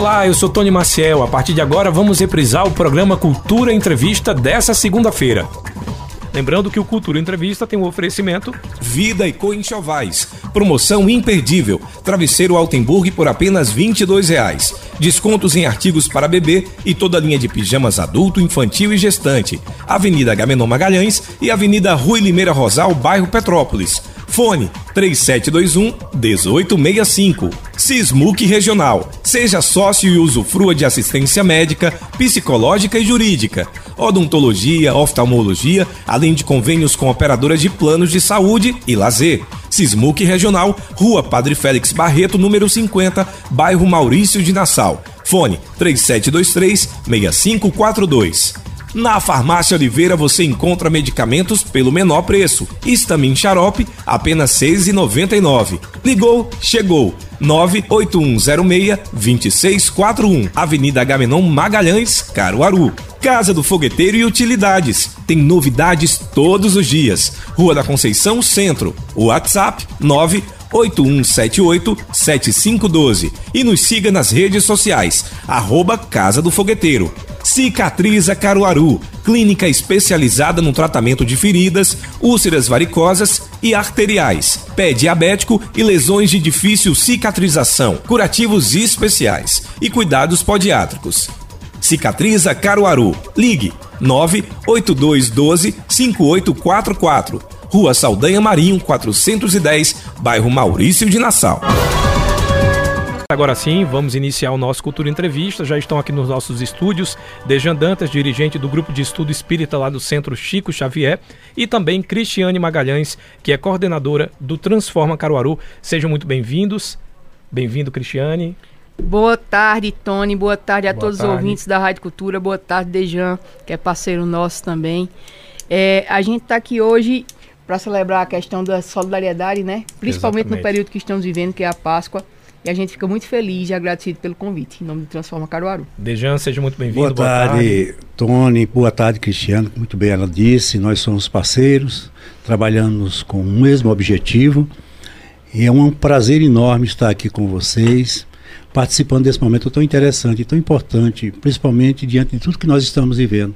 Olá, eu sou Tony Maciel. A partir de agora vamos reprisar o programa Cultura Entrevista dessa segunda-feira. Lembrando que o Cultura Entrevista tem um oferecimento Vida e Co Enxovais. Promoção imperdível. Travesseiro Altenburg por apenas R$ 22,00. Descontos em artigos para bebê e toda a linha de pijamas adulto, infantil e gestante. Avenida Agamenon Magalhães e Avenida Rui Limeira Rosal, bairro Petrópolis. Fone 3721-1865. Sismuc Regional. Seja sócio e usufrua de assistência médica, psicológica e jurídica. Odontologia, oftalmologia, além de convênios com operadoras de planos de saúde e lazer. Sismuc Regional, Rua Padre Félix Barreto, número 50, bairro Maurício de Nassau. Fone 3723-6542. Na Farmácia Oliveira você encontra medicamentos pelo menor preço. Histamin Xarope, apenas R$ 6,99. Ligou, chegou. 98106-2641. Avenida Agamenon Magalhães, Caruaru. Casa do Fogueteiro e Utilidades. Tem novidades todos os dias. Rua da Conceição, Centro. WhatsApp 98178-7512. E nos siga nas redes sociais. @Casa do Fogueteiro. Cicatriza Caruaru, clínica especializada no tratamento de feridas, úlceras varicosas e arteriais, pé diabético e lesões de difícil cicatrização, curativos especiais e cuidados podiátricos. Cicatriza Caruaru, ligue 98212-5844, Rua Saldanha Marinho 410, bairro Maurício de Nassau. Agora sim, vamos iniciar o nosso Cultura Entrevista. Já estão aqui nos nossos estúdios Dejan Dantas, dirigente do Grupo de Estudo Espírita lá do Centro Chico Xavier, e também Cristiane Magalhães, que é coordenadora do Transforma Caruaru. Sejam muito bem-vindos. Bem-vindo, Cristiane. Boa tarde, Tony. Boa tarde a todos os ouvintes da Rádio Cultura. Boa tarde, Dejan, que é parceiro nosso também. A gente está aqui hoje para celebrar a questão da solidariedade, né? Principalmente no período que estamos vivendo, que é a Páscoa. E a gente fica muito feliz e agradecido pelo convite, em nome do Transforma Caruaru. Dejan, seja muito bem-vindo. Boa tarde, Tony. Boa tarde, Cristiano. Muito bem, ela disse, nós somos parceiros, trabalhamos com o mesmo objetivo. E é um prazer enorme estar aqui com vocês, participando desse momento tão interessante e tão importante, principalmente diante de tudo que nós estamos vivendo.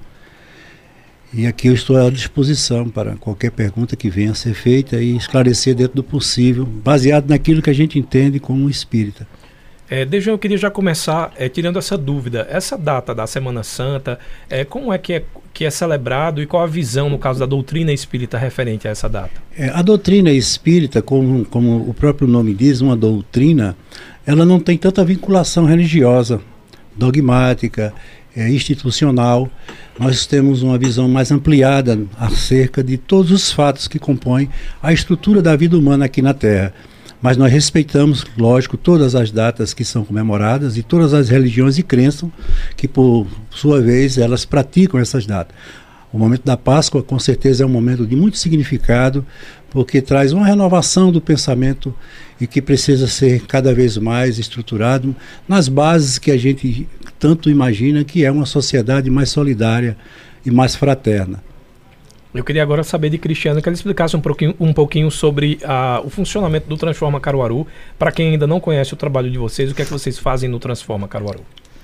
E aqui eu estou à disposição para qualquer pergunta que venha a ser feita e esclarecer dentro do possível, baseado naquilo que a gente entende como espírita. Dejan, eu queria já começar tirando essa dúvida. Essa data da Semana Santa, como é que é celebrado e qual a visão, no caso da doutrina espírita, referente a essa data? A doutrina espírita, como o próprio nome diz, uma doutrina, ela não tem tanta vinculação religiosa, dogmática, institucional. Nós temos uma visão mais ampliada acerca de todos os fatos que compõem a estrutura da vida humana aqui na Terra. Mas nós respeitamos, lógico, todas as datas que são comemoradas e todas as religiões e crenças que, por sua vez, elas praticam essas datas. O momento da Páscoa, com certeza, é um momento de muito significado, porque traz uma renovação do pensamento e que precisa ser cada vez mais estruturado nas bases que a gente tanto imagina, que é uma sociedade mais solidária e mais fraterna. Eu queria agora saber de Cristiano que ele explicasse um pouquinho sobre o funcionamento do Transforma Caruaru. Para quem ainda não conhece o trabalho de vocês, o que é que vocês fazem no Transforma Caruaru?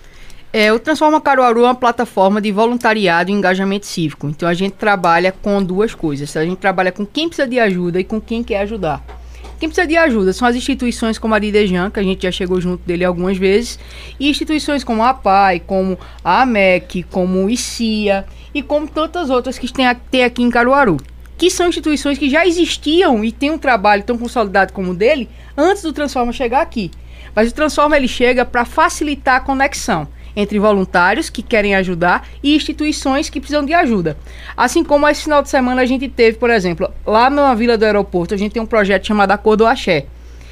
O Transforma Caruaru é uma plataforma de voluntariado e engajamento cívico. Então a gente trabalha com duas coisas. A gente trabalha com quem precisa de ajuda e com quem quer ajudar. Quem precisa de ajuda são as instituições como a de Dejan, que a gente já chegou junto dele algumas vezes, e instituições como a APAI, como a AMEC, como o ICIA e como tantas outras que tem aqui em Caruaru, que são instituições que já existiam e têm um trabalho tão consolidado como o dele antes do Transforma chegar aqui. Mas o Transforma ele chega para facilitar a conexão entre voluntários que querem ajudar e instituições que precisam de ajuda. Assim como esse final de semana a gente teve, por exemplo, lá na Vila do Aeroporto, a gente tem um projeto chamado Acordo Axé,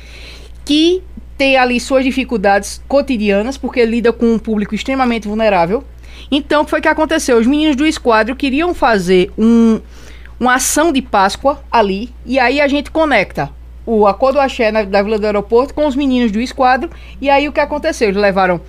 que tem ali suas dificuldades cotidianas, porque lida com um público extremamente vulnerável. Então, o que foi que aconteceu? Os meninos do esquadro queriam fazer uma ação de Páscoa ali, e aí a gente conecta o Acordo Axé da Vila do Aeroporto com os meninos do esquadro, e aí o que aconteceu? Eles levaram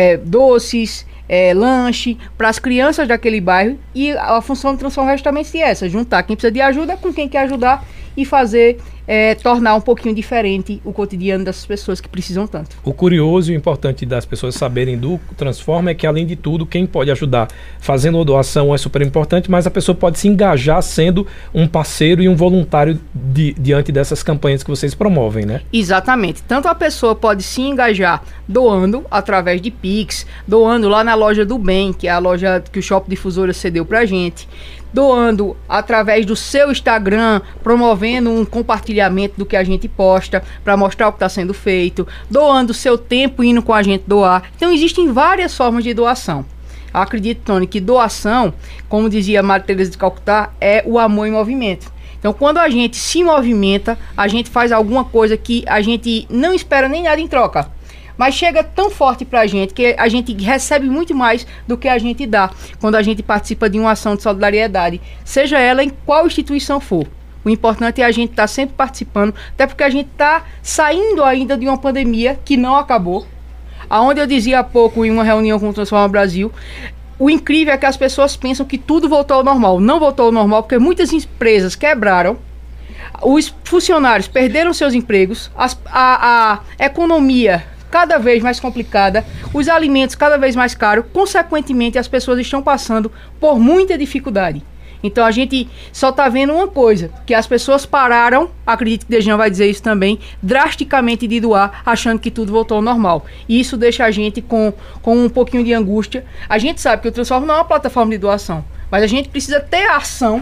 doces, lanche para as crianças daquele bairro, e a função do Transforma é justamente essa: juntar quem precisa de ajuda com quem quer ajudar e fazer tornar um pouquinho diferente o cotidiano dessas pessoas que precisam tanto. O curioso e o importante das pessoas saberem do Transforma é que, além de tudo, quem pode ajudar fazendo uma doação é super importante, mas a pessoa pode se engajar sendo um parceiro e um voluntário diante dessas campanhas que vocês promovem, né? Exatamente. Tanto a pessoa pode se engajar doando através de Pix, doando lá na loja do Bem, que é a loja que o Shopping Difusora cedeu pra gente, doando através do seu Instagram, promovendo um compartilhamento do que a gente posta para mostrar o que está sendo feito, doando seu tempo indo com a gente doar. Então existem várias formas de doação. Eu acredito, Tony, que doação, como dizia Maria Teresa de Calcutá, é o amor em movimento. Então, quando a gente se movimenta, a gente faz alguma coisa que a gente não espera nem nada em troca, mas chega tão forte pra gente que a gente recebe muito mais do que a gente dá quando a gente participa de uma ação de solidariedade, seja ela em qual instituição for. O importante é a gente estar sempre participando, até porque a gente está saindo ainda de uma pandemia que não acabou. Aonde eu dizia há pouco em uma reunião com o Transforma Brasil, o incrível é que as pessoas pensam que tudo voltou ao normal. Não voltou ao normal porque muitas empresas quebraram, os funcionários perderam seus empregos, a economia cada vez mais complicada, os alimentos cada vez mais caros, consequentemente as pessoas estão passando por muita dificuldade. Então a gente só está vendo uma coisa, que as pessoas pararam, acredito que Dejan vai dizer isso também, drasticamente de doar, achando que tudo voltou ao normal. E isso deixa a gente com um pouquinho de angústia. A gente sabe que o Transforma não é uma plataforma de doação, mas a gente precisa ter a ação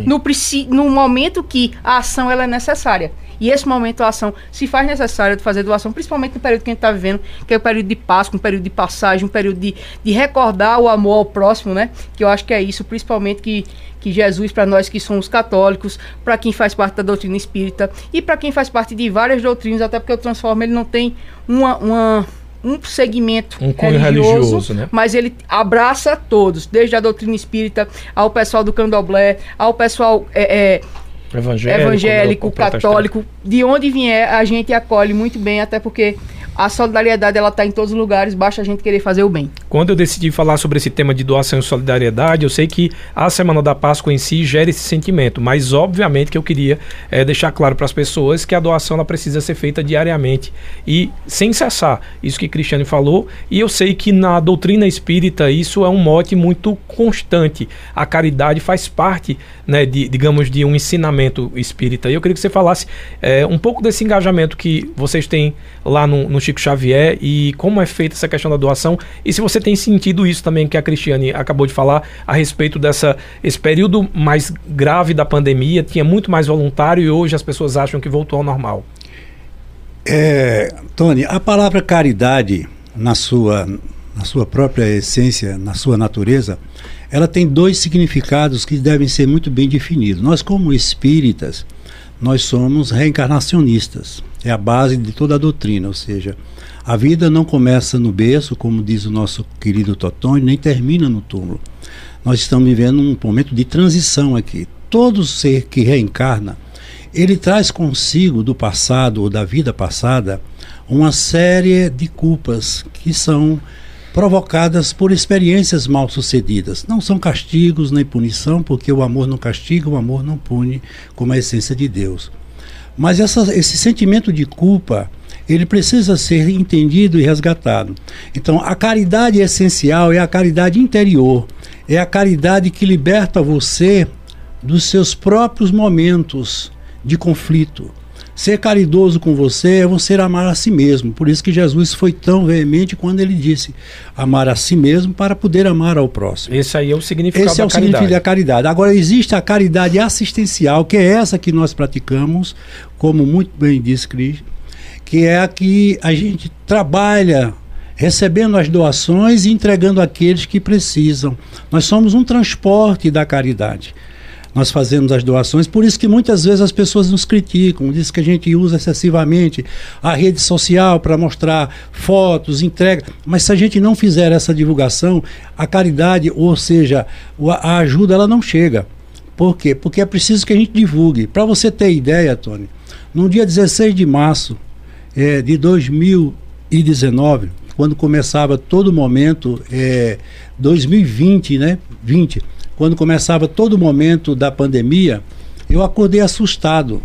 no momento que a ação ela é necessária. E esse momento a ação se faz necessária de fazer doação, principalmente no período que a gente está vivendo, que é o período de Páscoa, um período de passagem, um período de recordar o amor ao próximo, né? Que eu acho que é isso, principalmente que Jesus, para nós que somos católicos, para quem faz parte da doutrina espírita e para quem faz parte de várias doutrinas, até porque o Transforma ele não tem um segmento religioso, né? Mas ele abraça todos, desde a doutrina espírita ao pessoal do candomblé, ao pessoal evangélico, católico, de onde vier a gente acolhe muito bem, até porque a solidariedade ela está em todos os lugares, basta a gente querer fazer o bem. Quando eu decidi falar sobre esse tema de doação e solidariedade, eu sei que a Semana da Páscoa em si gera esse sentimento, mas obviamente que eu queria deixar claro para as pessoas que a doação ela precisa ser feita diariamente e sem cessar, isso que Cristiane falou, e eu sei que na doutrina espírita isso é um mote muito constante, a caridade faz parte, né, digamos, de um ensinamento espírita, e eu queria que você falasse um pouco desse engajamento que vocês têm lá no Chico Xavier e como é feita essa questão da doação e se você tem sentido isso também que a Cristiane acabou de falar a respeito esse período mais grave da pandemia, tinha muito mais voluntário e hoje as pessoas acham que voltou ao normal. Tony, a palavra caridade na sua própria essência, na sua natureza, ela tem dois significados que devem ser muito bem definidos. Nós como espíritas, nós somos reencarnacionistas. É a base de toda a doutrina, ou seja, a vida não começa no berço, como diz o nosso querido Totônio, nem termina no túmulo. Nós estamos vivendo um momento de transição aqui. Todo ser que reencarna, ele traz consigo do passado ou da vida passada uma série de culpas que são provocadas por experiências mal sucedidas. Não são castigos nem punição, porque o amor não castiga, o amor não pune, como a essência de Deus. Mas esse sentimento de culpa, ele precisa ser entendido e resgatado. Então, a caridade essencial é a caridade interior, é a caridade que liberta você dos seus próprios momentos de conflito. Ser caridoso com você é você amar a si mesmo. Por isso que Jesus foi tão veemente quando ele disse amar a si mesmo para poder amar ao próximo. Esse aí é o significado da caridade. Esse é o significado da caridade. Agora, existe a caridade assistencial, que é essa que nós praticamos, como muito bem disse Cris, que é a que a gente trabalha recebendo as doações e entregando àqueles que precisam. Nós somos um transporte da caridade. Nós fazemos as doações, por isso que muitas vezes as pessoas nos criticam, dizem que a gente usa excessivamente a rede social para mostrar fotos, entrega, mas se a gente não fizer essa divulgação, a caridade, ou seja, a ajuda, ela não chega. Por quê? Porque é preciso que a gente divulgue. Para você ter ideia, Tony, no dia 16 de março de 2019, quando começava todo momento, 2020, né? 20, quando começava todo o momento da pandemia, eu acordei assustado,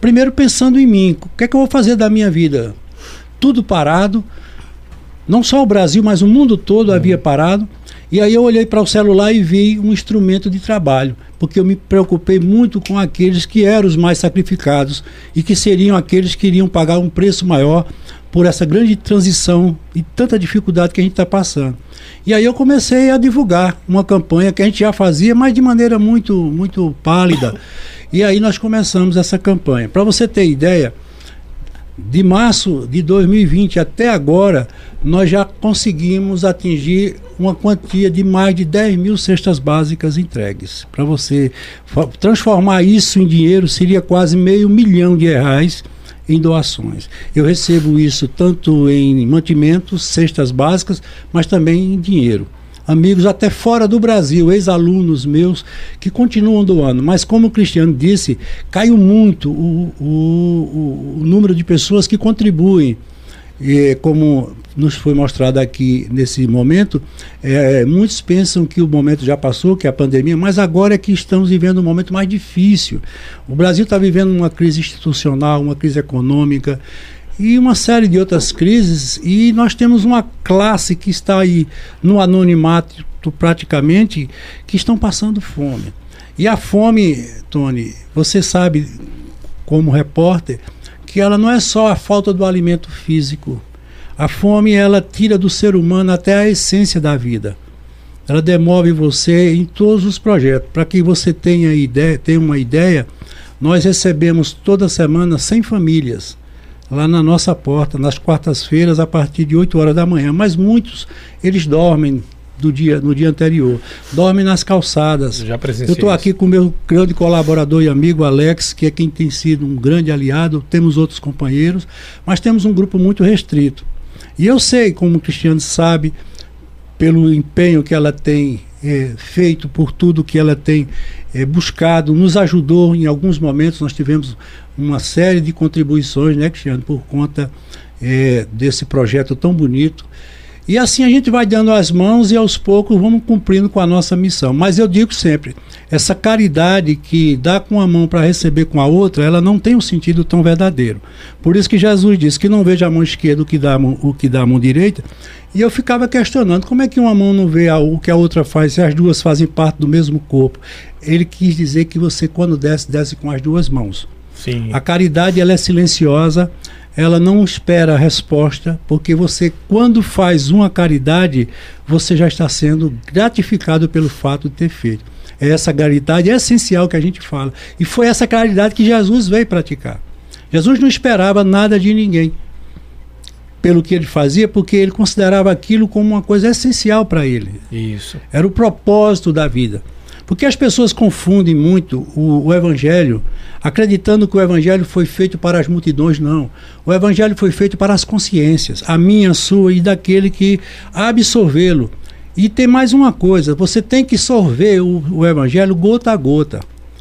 primeiro pensando em mim, o que é que eu vou fazer da minha vida? Tudo parado, não só o Brasil, mas o mundo todo havia parado. E aí eu olhei para o celular e vi um instrumento de trabalho, porque eu me preocupei muito com aqueles que eram os mais sacrificados e que seriam aqueles que iriam pagar um preço maior por essa grande transição e tanta dificuldade que a gente está passando. E aí eu comecei a divulgar uma campanha que a gente já fazia, mas de maneira muito pálida. E aí nós começamos essa campanha. Para você ter ideia, de março de 2020 até agora, nós já conseguimos atingir uma quantia de mais de 10 mil cestas básicas entregues. Para você transformar isso em dinheiro, seria quase R$500 milhão em doações. Eu recebo isso tanto em mantimentos, cestas básicas, mas também em dinheiro. Amigos até fora do Brasil, ex-alunos meus que continuam doando, mas como o Cristiano disse, caiu muito o número de pessoas que contribuem. E como nos foi mostrado aqui nesse momento, muitos pensam que o momento já passou, que é a pandemia, mas agora é que estamos vivendo um momento mais difícil. O Brasil está vivendo uma crise institucional, uma crise econômica e uma série de outras crises, e nós temos uma classe que está aí no anonimato praticamente, que estão passando fome. E a fome, Tony, você sabe como repórter, que ela não é só a falta do alimento físico. A fome, ela tira do ser humano até a essência da vida. Ela demove você em todos os projetos. Para que você tenha uma ideia, nós recebemos toda semana 100 famílias lá na nossa porta, nas quartas-feiras, a partir de 8 horas da manhã. Mas muitos, eles dormem no dia anterior, dormem nas calçadas. Já presenciei. Eu estou aqui com o meu grande colaborador e amigo Alex, que é quem tem sido um grande aliado. Temos outros companheiros, mas temos um grupo muito restrito. E eu sei, como o Cristiano sabe, pelo empenho que ela tem feito, por tudo que ela tem buscado, nos ajudou em alguns momentos. Nós tivemos uma série de contribuições, né, Cristiano, por conta desse projeto tão bonito. E assim a gente vai dando as mãos e aos poucos vamos cumprindo com a nossa missão. Mas eu digo sempre, essa caridade que dá com a mão para receber com a outra, ela não tem um sentido tão verdadeiro. Por isso que Jesus disse que não veja a mão esquerda o que dá a mão direita. E eu ficava questionando, como é que uma mão não vê o que a outra faz, se as duas fazem parte do mesmo corpo? Ele quis dizer que você, quando desce com as duas mãos. Sim. A caridade, ela é silenciosa, ela não espera a resposta, porque você, quando faz uma caridade, você já está sendo gratificado pelo fato de ter feito. Essa caridade é essencial que a gente fala. E foi essa caridade que Jesus veio praticar. Jesus não esperava nada de ninguém pelo que ele fazia, porque ele considerava aquilo como uma coisa essencial para ele. Isso. Era o propósito da vida. Porque as pessoas confundem muito o Evangelho, acreditando que o Evangelho foi feito para as multidões. Não. O Evangelho foi feito para as consciências, a minha, a sua e daquele que absorvê-lo. E tem mais uma coisa, você tem que sorver o Evangelho gota a gota.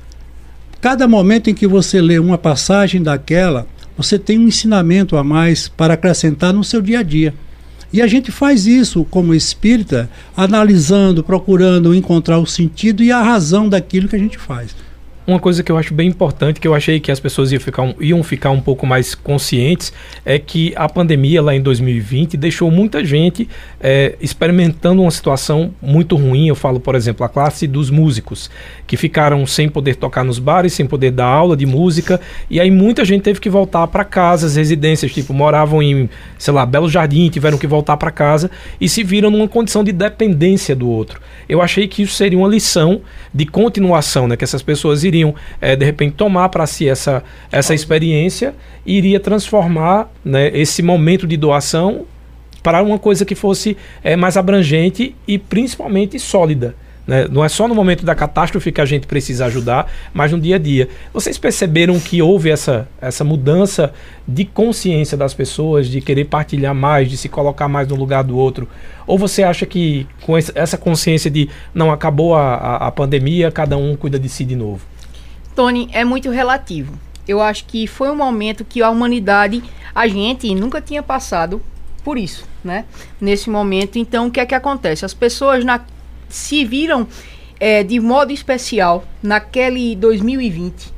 Cada momento em que você lê uma passagem daquela, você tem um ensinamento a mais para acrescentar no seu dia a dia. E a gente faz isso como espírita, analisando, procurando encontrar o sentido e a razão daquilo que a gente faz. Uma coisa que eu acho bem importante, que eu achei que as pessoas iam ficar um pouco mais conscientes, é que a pandemia lá em 2020 deixou muita gente experimentando uma situação muito ruim. Eu falo, por exemplo, a classe dos músicos, que ficaram sem poder tocar nos bares, sem poder dar aula de música, e aí muita gente teve que voltar para casas, residências, tipo, moravam em, sei lá, Belo Jardim, tiveram que voltar para casa e se viram numa condição de dependência do outro. Eu achei que isso seria uma lição de continuação, né, que essas pessoas iriam, de repente, tomar para si essa experiência e iria transformar, né, esse momento de doação para uma coisa que fosse mais abrangente e principalmente sólida. Né? Não é só no momento da catástrofe que a gente precisa ajudar, mas no dia a dia. Vocês perceberam que houve essa mudança de consciência das pessoas, de querer partilhar mais, de se colocar mais no lugar do outro? Ou você acha que com essa consciência de não, acabou a pandemia, cada um cuida de si de novo? Tony, é muito relativo. Eu acho que foi um momento que a humanidade, a gente nunca tinha passado por isso, né? Nesse momento, então, o que é que acontece? As pessoas se viram de modo especial naquele 2020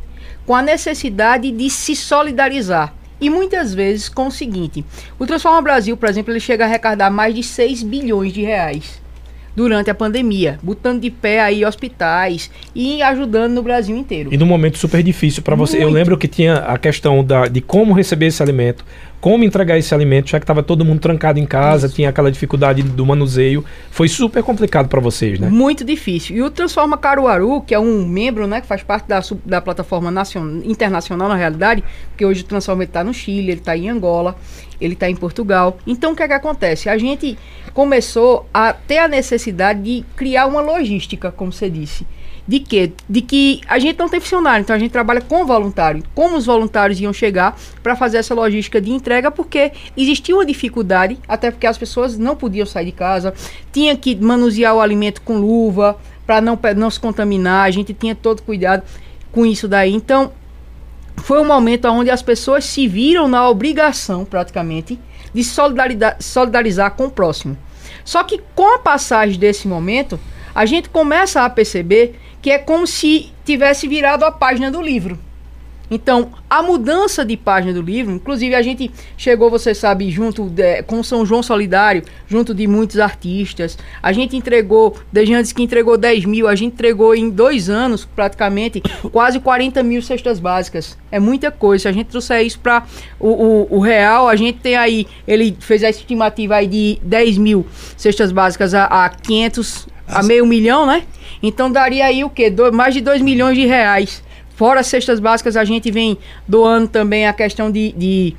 com a necessidade de se solidarizar. E muitas vezes com o seguinte, o Transforma Brasil, por exemplo, ele chega a arrecadar mais de 6 bilhões de reais durante a pandemia, botando de pé aí hospitais e ajudando no Brasil inteiro. E num momento super difícil para você. Eu lembro que tinha a questão de como receber esse alimento, como entregar esse alimento, já que estava todo mundo trancado em casa, tinha aquela dificuldade do manuseio. Foi super complicado para vocês, né? Muito difícil. E o Transforma Caruaru, que é um membro, né, que faz parte da plataforma internacional, na realidade, porque hoje o Transforma está no Chile, ele está em Angola, ele está em Portugal. Então, o que é que acontece? A gente começou a ter a necessidade de criar uma logística, como você disse. De quê? De que a gente não tem funcionário, então a gente trabalha com voluntário. Como os voluntários iam chegar para fazer essa logística de entrega, porque existia uma dificuldade, até porque as pessoas não podiam sair de casa, tinha que manusear o alimento com luva, para não se contaminar, a gente tinha todo cuidado com isso daí. Então, foi um momento onde as pessoas se viram na obrigação, praticamente, de solidarizar com o próximo. Só que com a passagem desse momento, a gente começa a perceber que é como se tivesse virado a página do livro. Então, a mudança de página do livro, inclusive a gente chegou, você sabe, junto com o São João Solidário, junto de muitos artistas, a gente entregou, desde antes que entregou 10 mil, a gente entregou em 2 anos, praticamente, quase 40 mil cestas básicas. É muita coisa. Se a gente trouxer isso para o real, a gente tem aí, ele fez a estimativa aí de 10 mil cestas básicas a 500, a meio milhão, né? Então daria aí o quê? Mais de 2 milhões de reais. Fora as cestas básicas, a gente vem doando também a questão de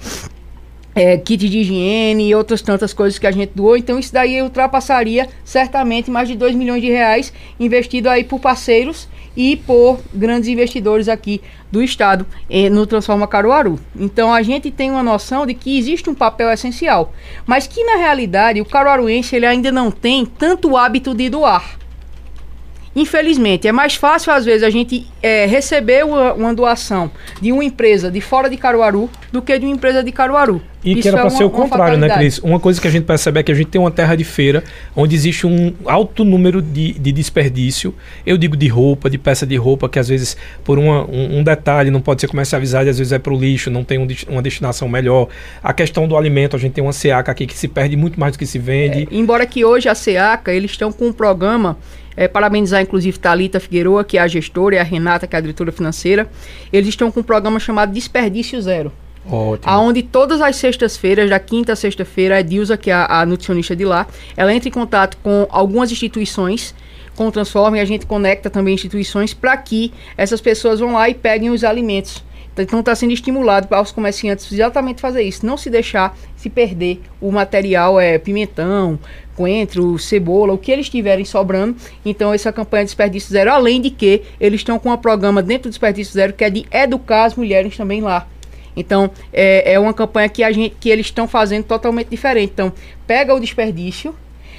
kit de higiene e outras tantas coisas que a gente doou. Então isso daí ultrapassaria certamente mais de 2 milhões de reais investido aí por parceiros e por grandes investidores aqui do estado no Transforma Caruaru. Então a gente tem uma noção de que existe um papel essencial, mas que na realidade o caruaruense ele ainda não tem tanto hábito de doar. Infelizmente, é mais fácil às vezes a gente receber uma doação de uma empresa de fora de Caruaru do que de uma empresa de Caruaru. E isso que era para ser o contrário, né, Cris? Uma coisa que a gente percebe é que a gente tem uma terra de feira onde existe um alto número de desperdício. Eu digo de roupa, de peça de roupa, que às vezes por um detalhe não pode ser comercializado, às vezes é para o lixo, não tem uma destinação melhor. A questão do alimento, a gente tem uma SEACA aqui que se perde muito mais do que se vende. Embora que hoje a SEACA, eles estão com um programa, parabenizar inclusive Thalita Figueroa, que é a gestora, e a Renata, que é a diretora financeira, eles estão com um programa chamado Desperdício Zero. Ótimo. Onde todas as sextas-feiras, da quinta a sexta-feira, a Dilza, que é a nutricionista de lá, ela entra em contato com algumas instituições, com o Transforma, e a gente conecta também instituições para que essas pessoas vão lá e peguem os alimentos. Então está sendo estimulado para os comerciantes exatamente fazer isso, não se deixar se perder o material, pimentão, coentro, cebola, o que eles tiverem sobrando. Então essa campanha de Desperdício Zero, além de que eles estão com um programa dentro do Desperdício Zero que é de educar as mulheres também lá. Então é uma campanha que eles estão fazendo totalmente diferente. Então pega o desperdício,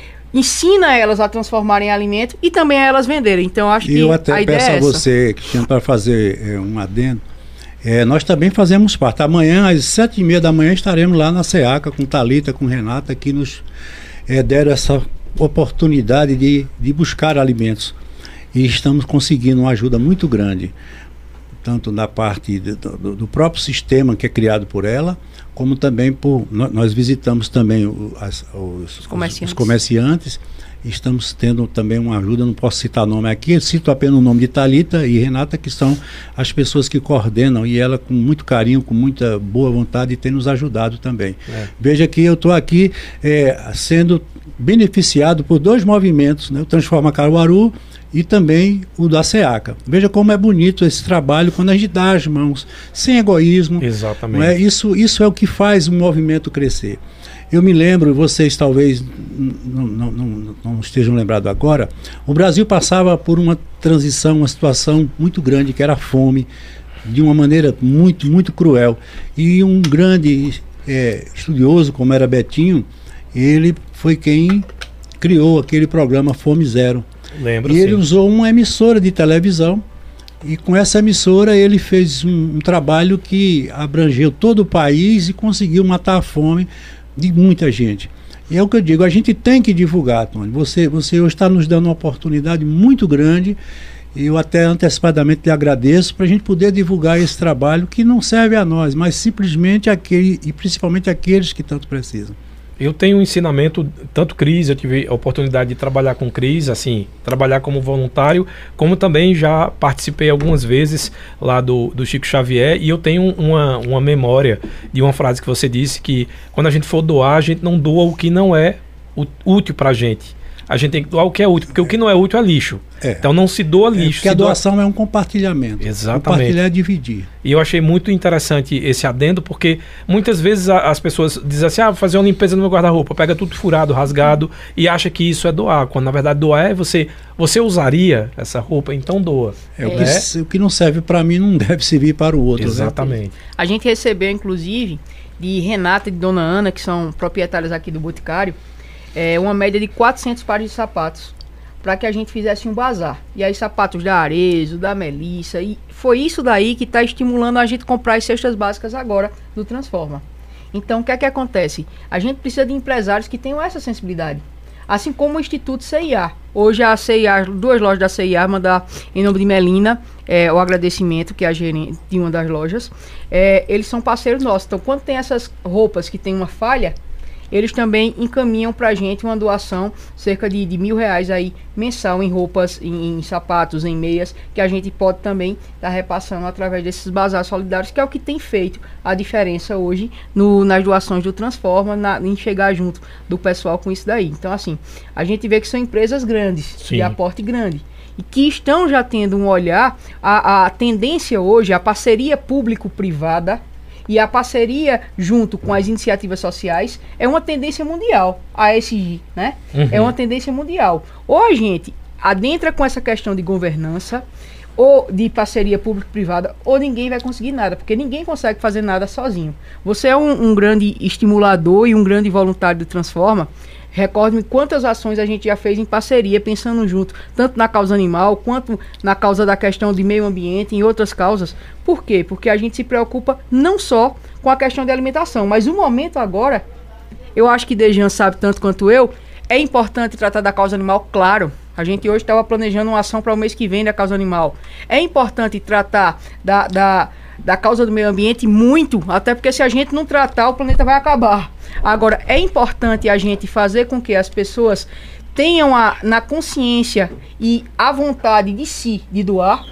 ensina elas a transformarem em alimento e também a elas venderem. Então acho que eu até a ideia peço é a você, Cristiano, para fazer um adendo. Nós também fazemos parte. Amanhã, às 7h30 da manhã, estaremos lá na SEACA com Thalita, com Renata, que nos deram essa oportunidade de buscar alimentos. E estamos conseguindo uma ajuda muito grande, tanto na parte do próprio sistema que é criado por ela, como também nós visitamos também os comerciantes. Estamos tendo também uma ajuda, não posso citar nome aqui, eu cito apenas o nome de Thalita e Renata, que são as pessoas que coordenam, e ela com muito carinho, com muita boa vontade, tem nos ajudado também. Veja que eu estou aqui sendo beneficiado por 2 movimentos, né? O Transforma Caruaru e também o da SEACA. Veja como é bonito esse trabalho quando a gente dá as mãos, sem egoísmo. Exatamente. Não é? Isso é o que faz o movimento crescer. Eu me lembro, vocês talvez não estejam lembrados agora, o Brasil passava por uma transição, uma situação muito grande, que era a fome, de uma maneira muito, muito cruel. E um grande estudioso, como era Betinho, ele foi quem criou aquele programa Fome Zero. Lembro, e ele usou uma emissora de televisão, e com essa emissora ele fez um trabalho que abrangeu todo o país e conseguiu matar a fome de muita gente. E é o que eu digo, a gente tem que divulgar, Tony. Você hoje está nos dando uma oportunidade muito grande, E eu até antecipadamente lhe agradeço para a gente poder divulgar esse trabalho que não serve a nós, mas simplesmente aquele, e principalmente aqueles que tanto precisam. Eu tenho um ensinamento, tanto Cris, eu tive a oportunidade de trabalhar com Cris, assim, trabalhar como voluntário, como também já participei algumas vezes lá do Chico Xavier, e eu tenho uma memória de uma frase que você disse, que quando a gente for doar, a gente não doa o que não é útil pra gente. A gente tem que doar o que é útil, porque o que não é útil é lixo. Então não se doa lixo. Porque a doação é um compartilhamento. Exatamente. Compartilhar é dividir. E eu achei muito interessante esse adendo, porque muitas vezes as pessoas dizem assim, vou fazer uma limpeza no meu guarda-roupa, pega tudo furado, rasgado, e acha que isso é doar, quando na verdade doar é você usaria essa roupa, então doa. O que não serve para mim não deve servir para o outro. Exatamente. Né? A gente recebeu, inclusive, de Renata e de Dona Ana, que são proprietárias aqui do Boticário, uma média de 400 pares de sapatos, para que a gente fizesse um bazar. E aí sapatos da Arezzo, da Melissa, e foi isso daí que está estimulando a gente comprar as cestas básicas agora do Transforma. Então o que é que acontece? A gente precisa de empresários que tenham essa sensibilidade. Assim como o Instituto CIA. Hoje a CIA, 2 lojas da CIA, mandar em nome de Melina o agradecimento, que é a gerente de uma das lojas. Eles são parceiros nossos. Então quando tem essas roupas que tem uma falha, eles também encaminham pra gente uma doação, cerca de R$1.000 aí, mensal, em roupas, em sapatos, em meias, que a gente pode também estar repassando através desses bazares solidários, que é o que tem feito a diferença hoje nas doações do Transforma, em chegar junto do pessoal com isso daí. Então, assim, a gente vê que são empresas grandes, de aporte grande, e que estão já tendo um olhar, a tendência hoje, a parceria público-privada, e a parceria junto com as iniciativas sociais é uma tendência mundial, a ESG, né? É uma tendência mundial. Ou a gente adentra com essa questão de governança, ou de parceria público-privada, ou ninguém vai conseguir nada, porque ninguém consegue fazer nada sozinho. Você é um grande estimulador e um grande voluntário do Transforma. Recorde-me quantas ações a gente já fez em parceria, pensando junto, tanto na causa animal, quanto na causa da questão de meio ambiente e outras causas. Por quê? Porque a gente se preocupa não só com a questão de alimentação, mas o momento agora, eu acho que Dejan sabe tanto quanto eu, é importante tratar da causa animal, claro. A gente hoje estava planejando uma ação para o mês que vem da causa animal. É importante tratar da causa do meio ambiente muito, até porque se a gente não tratar, o planeta vai acabar. Agora, é importante a gente fazer com que as pessoas tenham na consciência e a vontade de se doar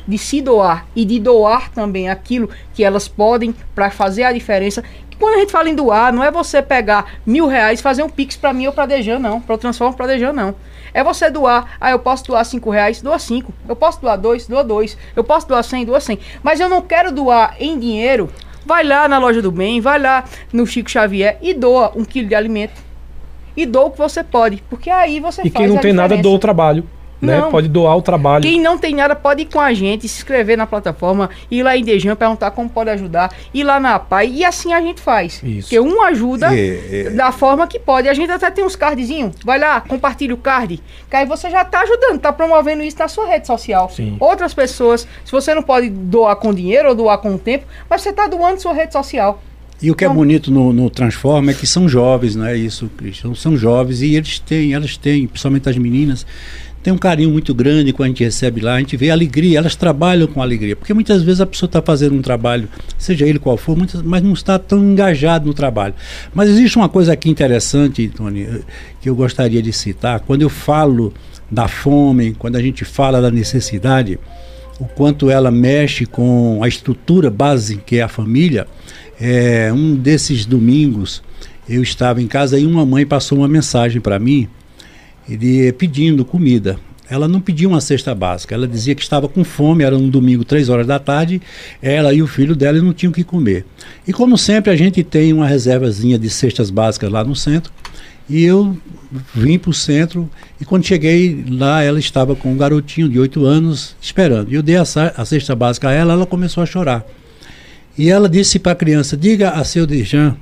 e de doar também aquilo que elas podem para fazer a diferença. Quando a gente fala em doar, não é você pegar R$1.000 e fazer um pix para mim ou para Dejan, não. Para o Transforma, para Dejan, não. É você doar. Eu posso doar R$5, doa 5. Eu posso doar 2, doa 2. Eu posso doar 100, doa 100. Mas eu não quero doar em dinheiro. Vai lá na Loja do Bem, vai lá no Chico Xavier e doa 1 quilo de alimento. E doa o que você pode, porque aí você faz a diferença. E quem não tem nada, doa o trabalho. Né? Pode doar o trabalho. Quem não tem nada pode ir com a gente, se inscrever na plataforma, ir lá em Dejan, perguntar como pode ajudar, ir lá na APAI, e assim a gente faz. Isso. Porque um ajuda da forma que pode. A gente até tem uns cardzinhos, vai lá, compartilha o card, que aí você já está ajudando, está promovendo isso na sua rede social. Sim. Outras pessoas, se você não pode doar com dinheiro ou doar com tempo, mas você está doando sua rede social. E o que é bonito no Transforma é que são jovens, não é isso, Cristian? São jovens e elas têm, principalmente as meninas, tem um carinho muito grande quando a gente recebe lá, a gente vê alegria, elas trabalham com alegria, porque muitas vezes a pessoa está fazendo um trabalho, seja ele qual for, mas não está tão engajado no trabalho. Mas existe uma coisa aqui interessante, Tony, que eu gostaria de citar, quando eu falo da fome, quando a gente fala da necessidade, o quanto ela mexe com a estrutura base que é a família. Um desses domingos eu estava em casa e uma mãe passou uma mensagem para mim, pedindo comida. Ela não pediu uma cesta básica, ela dizia que estava com fome, era um domingo, 3 horas da tarde, ela e o filho dela não tinham o que comer. E como sempre a gente tem uma reservazinha de cestas básicas lá no centro, e eu vim para o centro, e quando cheguei lá, ela estava com um garotinho de 8 anos esperando. E eu dei a cesta básica a ela, ela começou a chorar. E ela disse para a criança, diga a seu Dejan,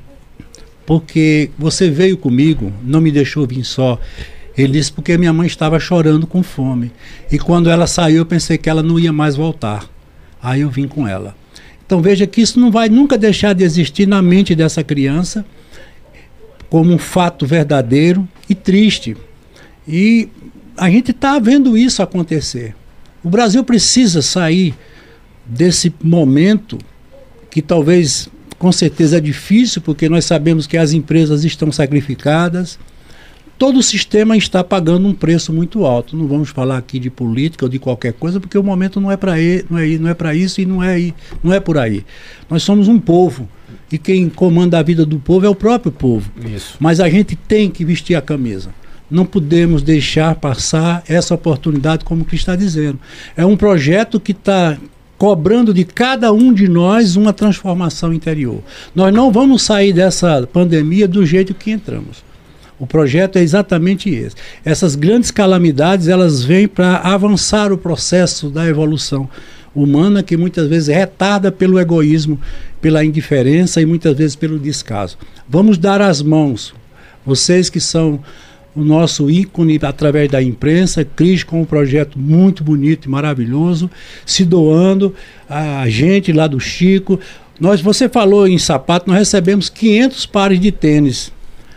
porque você veio comigo, não me deixou vir só. Ele disse porque minha mãe estava chorando com fome. E quando ela saiu, eu pensei que ela não ia mais voltar. Aí eu vim com ela. Então veja que isso não vai nunca deixar de existir na mente dessa criança como um fato verdadeiro e triste. E a gente está vendo isso acontecer. O Brasil precisa sair desse momento que talvez, com certeza, é difícil, porque nós sabemos que as empresas estão sacrificadas. Todo o sistema está pagando um preço muito alto. Não vamos falar aqui de política ou de qualquer coisa, porque o momento não é para isso e não é por aí. Nós somos um povo e quem comanda a vida do povo é o próprio povo. Isso. Mas a gente tem que vestir a camisa. Não podemos deixar passar essa oportunidade, como o que está dizendo. É um projeto que está cobrando de cada um de nós uma transformação interior. Nós não vamos sair dessa pandemia do jeito que entramos. O projeto é exatamente esse. Essas grandes calamidades, elas vêm para avançar o processo da evolução humana, que muitas vezes é retarda pelo egoísmo, pela indiferença e muitas vezes pelo descaso. Vamos dar as mãos. Vocês que são o nosso ícone através da imprensa, Cris com um projeto muito bonito e maravilhoso, se doando, a gente lá do Chico. Você falou em sapato, nós recebemos 500 pares de tênis.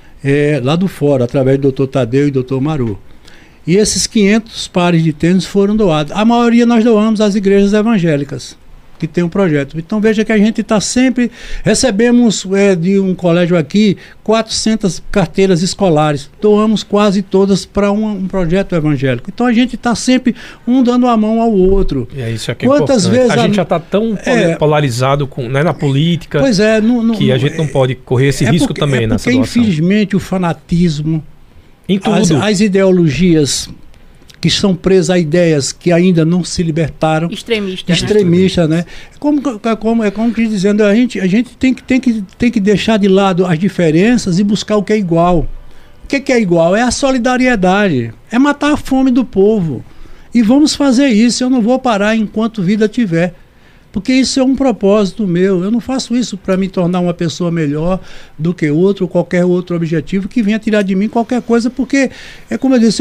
Lá do fora, através do Dr. Tadeu e do Dr. Maru. E esses 500 pares de tênis foram doados. A maioria nós doamos às igrejas evangélicas, que tem um projeto. Então veja que a gente está sempre... Recebemos de um colégio aqui 400 carteiras escolares. Doamos quase todas para um projeto evangélico. Então a gente está sempre um dando a mão ao outro. E é isso aqui. Quantas vezes a gente já está tão polarizado na política, pois que a gente não pode correr esse risco também nessa doação. Porque infelizmente o fanatismo, em tudo, as ideologias que estão presas a ideias que ainda não se libertaram. Extremista, né? É como que dizendo, a gente tem que deixar de lado as diferenças e buscar o que é igual. O que é igual? É a solidariedade, é matar a fome do povo. E vamos fazer isso, eu não vou parar enquanto vida tiver. Porque isso é um propósito meu. Eu não faço isso para me tornar uma pessoa melhor do que outro, ou qualquer outro objetivo que venha tirar de mim qualquer coisa, porque, é como eu disse,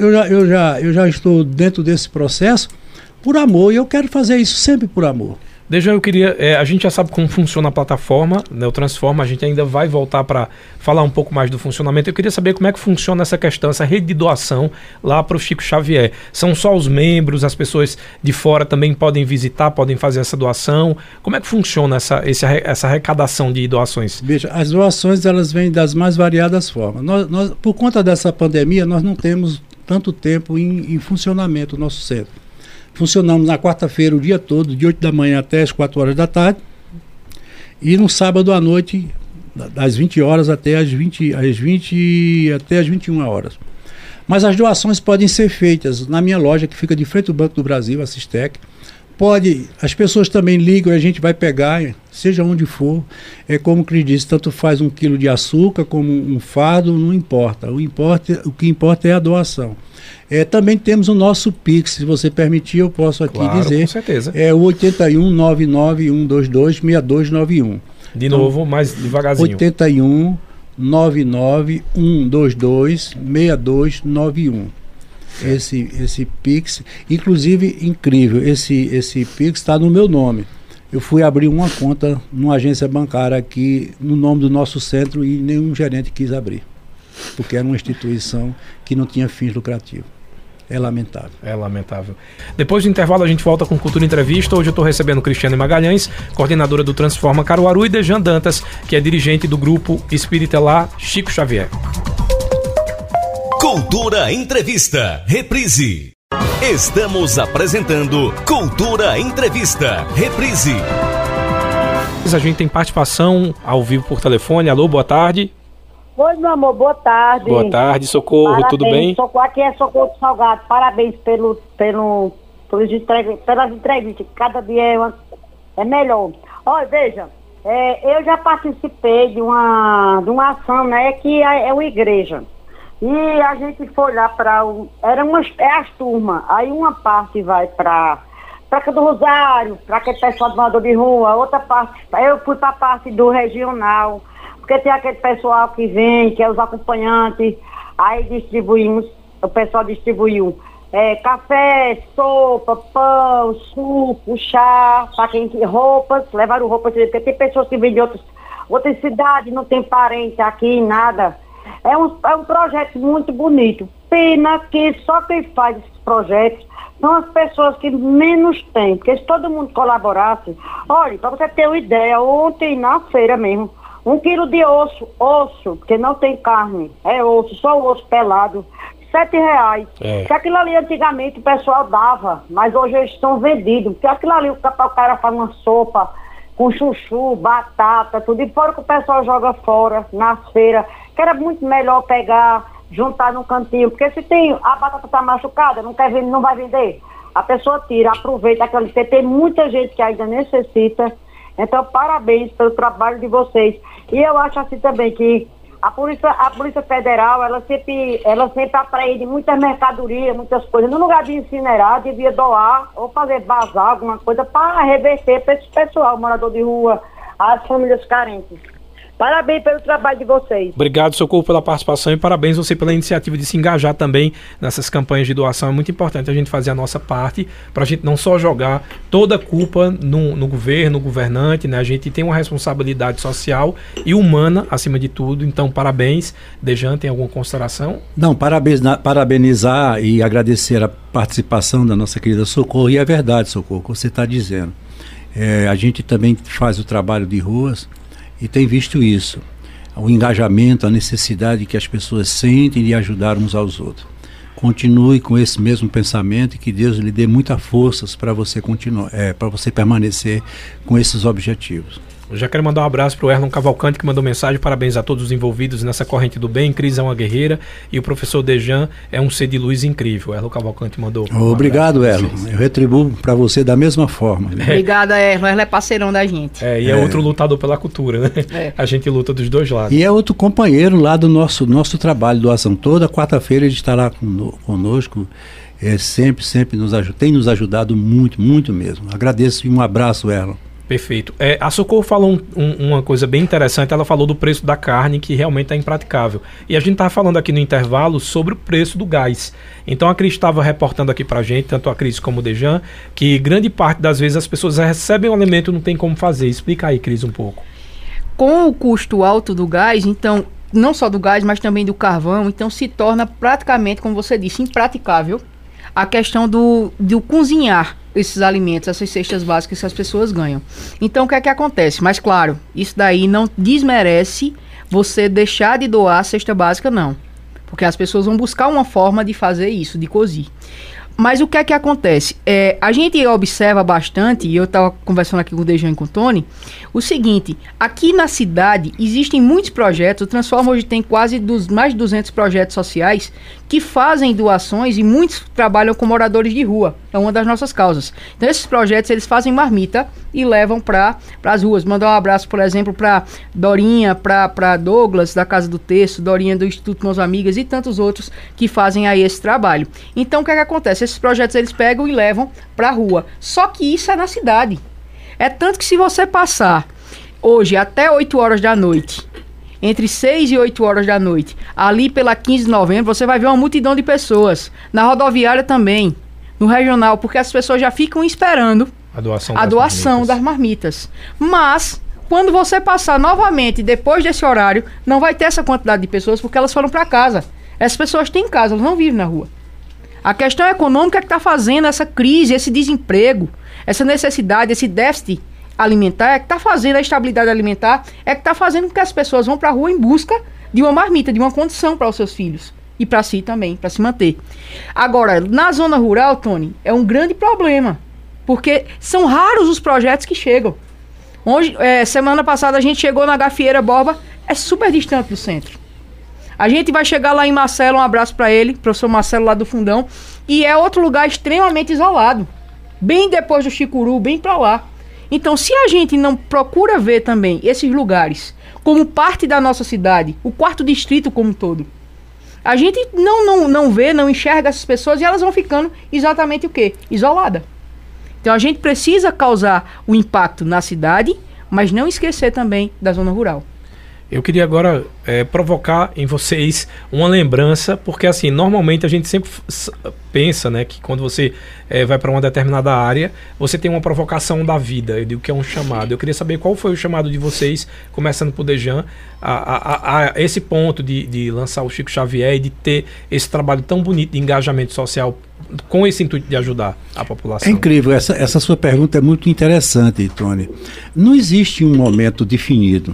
eu já estou dentro desse processo por amor, e eu quero fazer isso sempre por amor. Dejan, eu queria... a gente já sabe como funciona a plataforma, né, o Transforma, a gente ainda vai voltar para falar um pouco mais do funcionamento. Eu queria saber como é que funciona essa questão, essa rede de doação lá para o Chico Xavier. São só os membros, as pessoas de fora também podem visitar, podem fazer essa doação? Como é que funciona essa arrecadação de doações? Veja, as doações elas vêm das mais variadas formas. Nós, por conta dessa pandemia, nós não temos tanto tempo em funcionamento o nosso centro. Funcionamos na quarta-feira o dia todo, de 8 da manhã até as 4 horas da tarde, e no sábado à noite, das 20 horas até as 21 horas. Mas as doações podem ser feitas na minha loja, que fica de frente ao Banco do Brasil, a Sistec. As pessoas também ligam e a gente vai pegar, seja onde for. É como o Cris disse, tanto faz 1 quilo de açúcar como um fardo, não importa. O que importa é a doação. Também temos o nosso Pix, se você permitir, eu posso aqui dizer. Com certeza. É o 81 99122 6291. De novo, mais devagarzinho. 81 99122 6291. Esse Pix, inclusive, incrível, esse Pix está no meu nome. Eu fui abrir uma conta numa agência bancária aqui no nome do nosso centro e nenhum gerente quis abrir, porque era uma instituição que não tinha fins lucrativos. É lamentável. É lamentável. Depois do intervalo a gente volta com Cultura Entrevista. Hoje eu estou recebendo Cristiane Magalhães, coordenadora do Transforma Caruaru, e Dejan Dantas, que é dirigente do grupo Espírita lá Chico Xavier. Cultura Entrevista, reprise. Estamos apresentando Cultura Entrevista, reprise. A gente tem participação ao vivo por telefone. Alô, boa tarde. Oi, meu amor, boa tarde. Boa tarde, Socorro, parabéns, tudo bem? Aqui é Socorro do Salgado. Parabéns pelas entrevistas, cada dia é melhor. Olha, veja, eu já participei de uma ação, né, que é uma igreja. E a gente foi lá para as turmas. Aí uma parte vai para do Rosário, para aquele pessoal do morador de rua, outra parte, eu fui para a parte do regional, porque tem aquele pessoal que vem, que é os acompanhantes, aí o pessoal distribuiu café, sopa, pão, suco, chá, para quem tem roupas, levaram roupas, porque tem pessoas que vêm de outras cidades, não tem parente aqui, nada. É um projeto muito bonito. Pena que só quem faz esses projetos são as pessoas que menos têm, porque se todo mundo colaborasse, olha, para você ter uma ideia, ontem na feira mesmo, 1 quilo de osso, porque não tem carne, é osso, só o osso pelado, R$7. Que aquilo ali antigamente o pessoal dava, mas hoje eles estão vendidos, porque aquilo ali o cara faz uma sopa com chuchu, batata, tudo, e fora que o pessoal joga fora, nas feiras, que era muito melhor pegar, juntar num cantinho, porque se tem, a batata tá machucada, não quer vender, não vai vender, a pessoa tira, aproveita aquele, porque tem muita gente que ainda necessita. Então parabéns pelo trabalho de vocês, e eu acho assim também que a Polícia Federal, ela sempre apreende muitas mercadorias, muitas coisas. No lugar de incinerar, devia doar ou fazer vazar alguma coisa para reverter para esse pessoal, morador de rua, as famílias carentes. Parabéns pelo trabalho de vocês. Obrigado, Socorro, pela participação e parabéns você pela iniciativa de se engajar também nessas campanhas de doação. É muito importante a gente fazer a nossa parte para a gente não só jogar toda a culpa no governo, no governante, né? A gente tem uma responsabilidade social e humana acima de tudo. Então, parabéns. Dejan, tem alguma consideração? Não, parabenizar e agradecer a participação da nossa querida Socorro. E é verdade, Socorro, o que você está dizendo. A gente também faz o trabalho de ruas e tem visto isso, o engajamento, a necessidade que as pessoas sentem de ajudar uns aos outros. Continue com esse mesmo pensamento e que Deus lhe dê muitas forças para você continuar, para você permanecer com esses objetivos. Eu já quero mandar um abraço para o Erlon Cavalcante, que mandou mensagem, parabéns a todos os envolvidos nessa corrente do bem. Cris é uma guerreira e o professor Dejan é um ser de luz incrível. O Erlon Cavalcante mandou Obrigado, Erlon. Eu retribuo para você da mesma forma. Obrigada, Erlon. Erlon é parceirão da gente. E é outro lutador pela cultura, né? A gente luta dos dois lados. E é outro companheiro lá do nosso trabalho, doação. Toda quarta-feira ele está lá conosco. Sempre tem nos ajudado muito, muito mesmo. Agradeço e um abraço, Erlon. Perfeito. A Socorro falou uma coisa bem interessante. Ela falou do preço da carne, que realmente é impraticável. E a gente estava falando aqui no intervalo sobre o preço do gás. Então a Cris estava reportando aqui pra gente, tanto a Cris como o Dejan, que grande parte das vezes as pessoas recebem o alimento e não tem como fazer. Explica aí, Cris, um pouco. Com o custo alto do gás, então, não só do gás, mas também do carvão, então se torna praticamente, como você disse, impraticável a questão do cozinhar esses alimentos, essas cestas básicas que as pessoas ganham. Então o que é que acontece? Mas claro, isso daí não desmerece você deixar de doar a cesta básica, não. Porque as pessoas vão buscar uma forma de fazer isso, de cozir. Mas o que é que acontece? A gente observa bastante, e eu estava conversando aqui com o Dejan e com o Tony, o seguinte: aqui na cidade existem muitos projetos. O Transforma hoje tem mais de 200 projetos sociais que fazem doações e muitos trabalham com moradores de rua. É uma das nossas causas. Então esses projetos, eles fazem marmita e levam para as ruas. Mandar um abraço, por exemplo, para Dorinha, para Douglas, da Casa do Terço, Dorinha do Instituto Mãos Amigas e tantos outros que fazem aí esse trabalho. Então o que é que acontece? Esses projetos eles pegam e levam para a rua. Só que isso é na cidade. É tanto que se você passar hoje até 8 horas da noite, entre 6 e 8 horas da noite, ali pela 15 de novembro, você vai ver uma multidão de pessoas. Na rodoviária também, no regional, porque as pessoas já ficam esperando a doação das marmitas. Mas, quando você passar novamente, depois desse horário, não vai ter essa quantidade de pessoas, porque elas foram para casa. Essas pessoas têm casa, elas não vivem na rua. A questão econômica é que está fazendo essa crise, esse desemprego, essa necessidade, esse déficit alimentar, é que está fazendo a estabilidade alimentar, é que está fazendo com que as pessoas vão para a rua em busca de uma marmita, de uma condição para os seus filhos. E para si também, para se manter. Agora, na zona rural, Tony, é um grande problema. Porque são raros os projetos que chegam. Hoje, semana passada a gente chegou na Gafieira Borba, é super distante do centro. A gente vai chegar lá em Marcelo, um abraço para ele, professor Marcelo lá do Fundão, e é outro lugar extremamente isolado, bem depois do Chicuru, bem para lá. Então, se a gente não procura ver também esses lugares como parte da nossa cidade, o 4º distrito como um todo, a gente não vê, não enxerga essas pessoas e elas vão ficando exatamente o quê? Isolada. Então a gente precisa causar o impacto na cidade, mas não esquecer também da zona rural. Eu queria agora provocar em vocês uma lembrança, porque assim, normalmente a gente sempre pensa, né, que quando você vai para uma determinada área, você tem uma provocação da vida, eu digo que é um chamado. Eu queria saber qual foi o chamado de vocês, começando por Dejan, a esse ponto de lançar o Chico Xavier e de ter esse trabalho tão bonito de engajamento social com esse intuito de ajudar a população. É incrível, essa sua pergunta é muito interessante, Tony. Não existe um momento definido.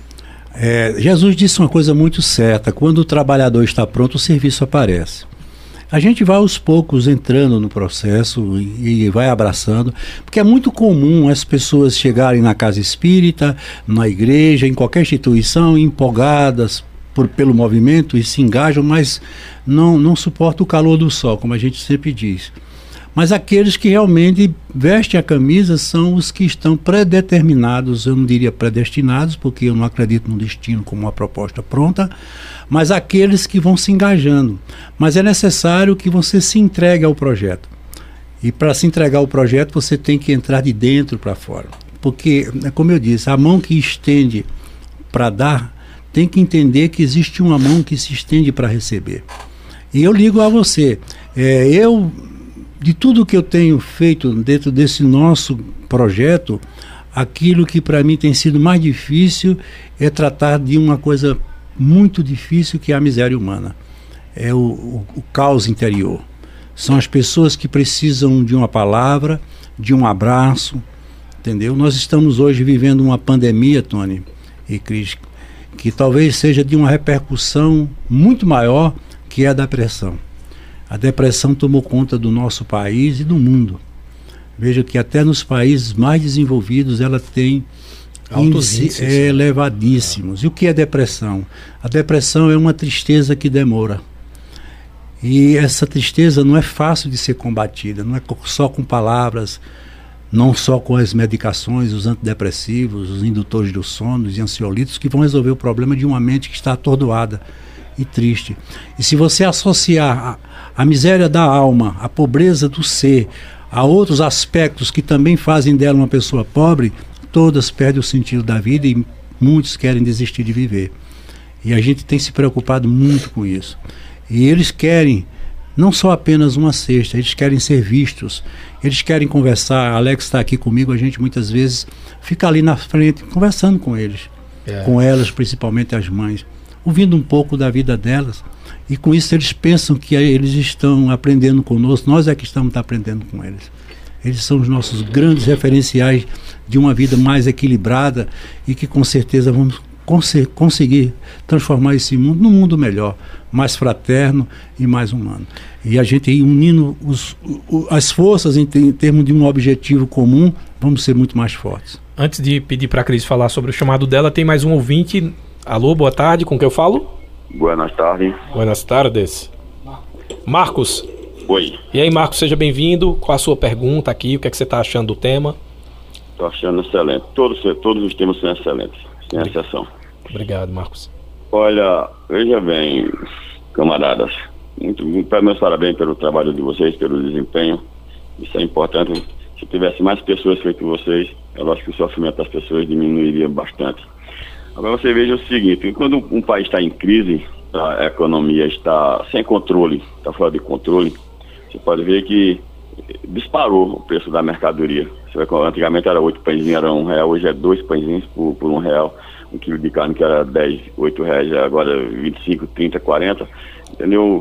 Jesus disse uma coisa muito certa: quando o trabalhador está pronto, o serviço aparece. A gente vai aos poucos entrando no processo e vai abraçando, porque é muito comum as pessoas chegarem na casa espírita, na igreja, em qualquer instituição, empolgadas pelo movimento e se engajam, mas não suportam o calor do sol, como a gente sempre diz. Mas aqueles que realmente vestem a camisa são os que estão predeterminados, eu não diria predestinados, porque eu não acredito no destino como uma proposta pronta, mas aqueles que vão se engajando. Mas é necessário que você se entregue ao projeto. E para se entregar ao projeto, você tem que entrar de dentro para fora. Porque, como eu disse, a mão que estende para dar, tem que entender que existe uma mão que se estende para receber. E eu ligo a você. De tudo que eu tenho feito dentro desse nosso projeto, aquilo que para mim tem sido mais difícil é tratar de uma coisa muito difícil, que é a miséria humana. É o caos interior. São as pessoas que precisam de uma palavra, de um abraço, entendeu? Nós estamos hoje vivendo uma pandemia, Tony e Cris, que talvez seja de uma repercussão muito maior, que é a depressão. A depressão tomou conta do nosso país e do mundo. Veja que até nos países mais desenvolvidos ela tem índices elevadíssimos. E o que é depressão? A depressão é uma tristeza que demora. E essa tristeza não é fácil de ser combatida, não é só com palavras, não só com as medicações, os antidepressivos, os indutores do sono, os ansiolíticos, que vão resolver o problema de uma mente que está atordoada e triste. E se você associar a miséria da alma, a pobreza do ser, a outros aspectos que também fazem dela uma pessoa pobre, todas perdem o sentido da vida e muitos querem desistir de viver. E a gente tem se preocupado muito com isso. E eles querem não só apenas uma cesta, eles querem ser vistos, eles querem conversar. A Alex está aqui comigo, a gente muitas vezes fica ali na frente conversando com eles, com elas, principalmente as mães, ouvindo um pouco da vida delas, e com isso eles pensam que eles estão aprendendo conosco, nós é que estamos aprendendo com eles. Eles são os nossos grandes referenciais de uma vida mais equilibrada e que com certeza vamos conseguir transformar esse mundo num mundo melhor, mais fraterno e mais humano. E a gente aí unindo as forças em termos de um objetivo comum, vamos ser muito mais fortes. Antes de pedir para a Cris falar sobre o chamado dela, tem mais um ouvinte. Alô, boa tarde, com quem eu falo? Buenas tardes. Buenas tardes. Marcos. Oi. E aí, Marcos, seja bem-vindo. Qual a sua pergunta aqui? O que é que você está achando do tema? Estou achando excelente. Todos os temas são excelentes, sem exceção. Obrigado, Marcos. Olha, veja bem, camaradas, meus parabéns pelo trabalho de vocês, pelo desempenho. Isso é importante. Se tivesse mais pessoas feito vocês, eu acho que o sofrimento das pessoas diminuiria bastante. Agora você veja o seguinte: quando um país está em crise, a economia está sem controle, está fora de controle, você pode ver que disparou o preço da mercadoria. Antigamente era 8 pãezinhos, era R$1, hoje é 2 pãezinhos por R$1. Um quilo de carne que era 10, R$8, agora 25, 30, 40, entendeu?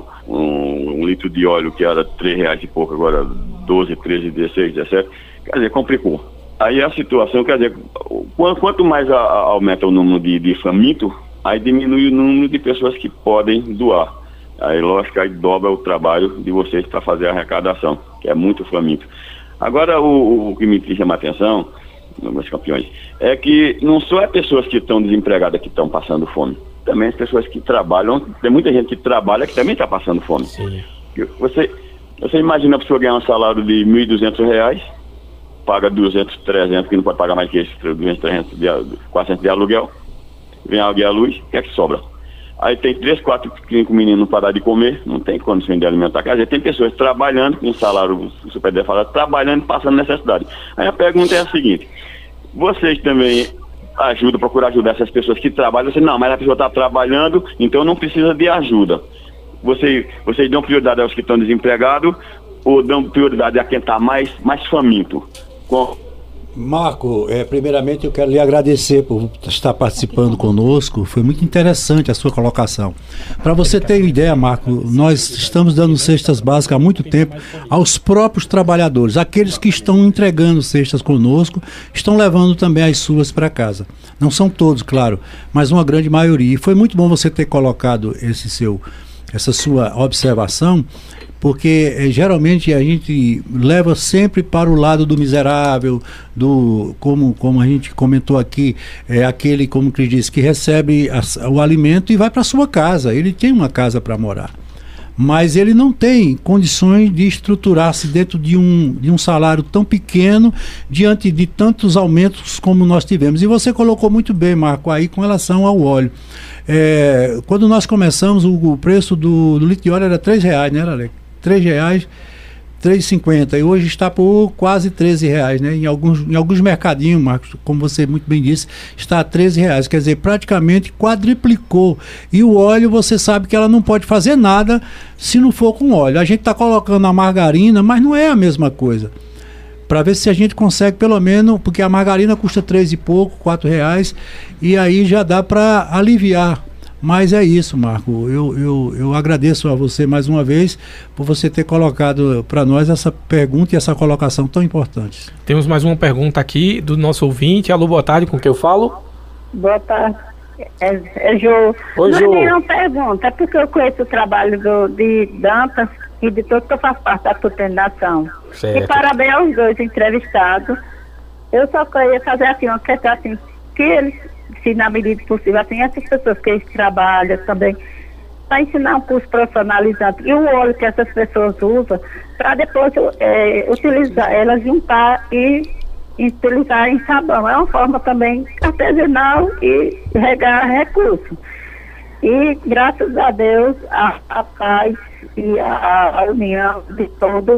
Um litro de óleo que era R$3 e pouco, agora 12, 13, 16, 17, quer dizer, complicou. Aí a situação, quer dizer, quanto mais aumenta o número de famintos, aí diminui o número de pessoas que podem doar. Aí, lógico, aí dobra o trabalho de vocês para fazer a arrecadação, que é muito faminto. Agora, o que me chama a atenção, meus campeões, é que não só é pessoas que estão desempregadas que estão passando fome, também as pessoas que trabalham, tem muita gente que trabalha que também está passando fome. Sim. Você imagina a pessoa ganhar um salário de R$1.200, paga 200, 300, que não pode pagar mais que isso, 200, 300, 400 de aluguel, vem água e a luz, o que é que sobra? Aí tem 3, 4, 5 meninos para dar de comer, não tem condição de alimentar. Quer dizer, tem pessoas trabalhando com salário, o seu PDE fala, trabalhando e passando necessidade. Aí a pergunta é a seguinte: vocês também ajuda, procura ajudar essas pessoas que trabalham. Você, não, mas a pessoa está trabalhando, então não precisa de ajuda. Vocês dão prioridade aos que estão desempregados ou dão prioridade a quem está mais faminto? Marco, primeiramente eu quero lhe agradecer por estar participando conosco. Foi muito interessante a sua colocação. Para você ter uma ideia, Marco, nós estamos dando cestas básicas há muito tempo aos próprios trabalhadores. Aqueles que estão entregando cestas conosco estão levando também as suas para casa. Não são todos, claro, mas uma grande maioria. E foi muito bom você ter colocado essa sua observação, porque geralmente a gente leva sempre para o lado do miserável, como a gente comentou aqui, aquele, como que diz, que recebe o alimento e vai para a sua casa. Ele tem uma casa para morar, mas ele não tem condições de estruturar-se dentro de um salário tão pequeno, diante de tantos aumentos como nós tivemos. E você colocou muito bem, Marco, aí com relação ao óleo. Quando nós começamos, o preço do litro de óleo era R$3, né, Alex? R$3, R$3,50, e hoje está por quase R$13, né? Em alguns mercadinhos, Marcos, como você muito bem disse, está a R$13, quer dizer, praticamente quadriplicou. E o óleo, você sabe que ela não pode fazer nada se não for com óleo. A gente está colocando a margarina, mas não é a mesma coisa. Para ver se a gente consegue pelo menos, porque a margarina custa R$3 e pouco, R$4, e aí já dá para aliviar. Mas é isso, Marco, eu agradeço a você mais uma vez por você ter colocado para nós essa pergunta e essa colocação tão importante. Temos mais uma pergunta aqui do nosso ouvinte. Alô, boa tarde, com quem eu falo? Boa tarde, é Jô. Oi, Jô. Não é nenhuma pergunta, é porque eu conheço o trabalho de Dantas e de todos que eu faço parte da coordenação. Certo. E parabéns aos dois entrevistados. Eu só queria fazer assim, uma questão assim, que eles, se na medida possível, assim, essas pessoas que eles trabalham também, para ensinar um curso profissionalizante e o óleo que essas pessoas usam, para depois utilizar, elas juntar e utilizar em sabão. É uma forma também artesanal e regar recursos. E graças a Deus, a paz e a união de todos,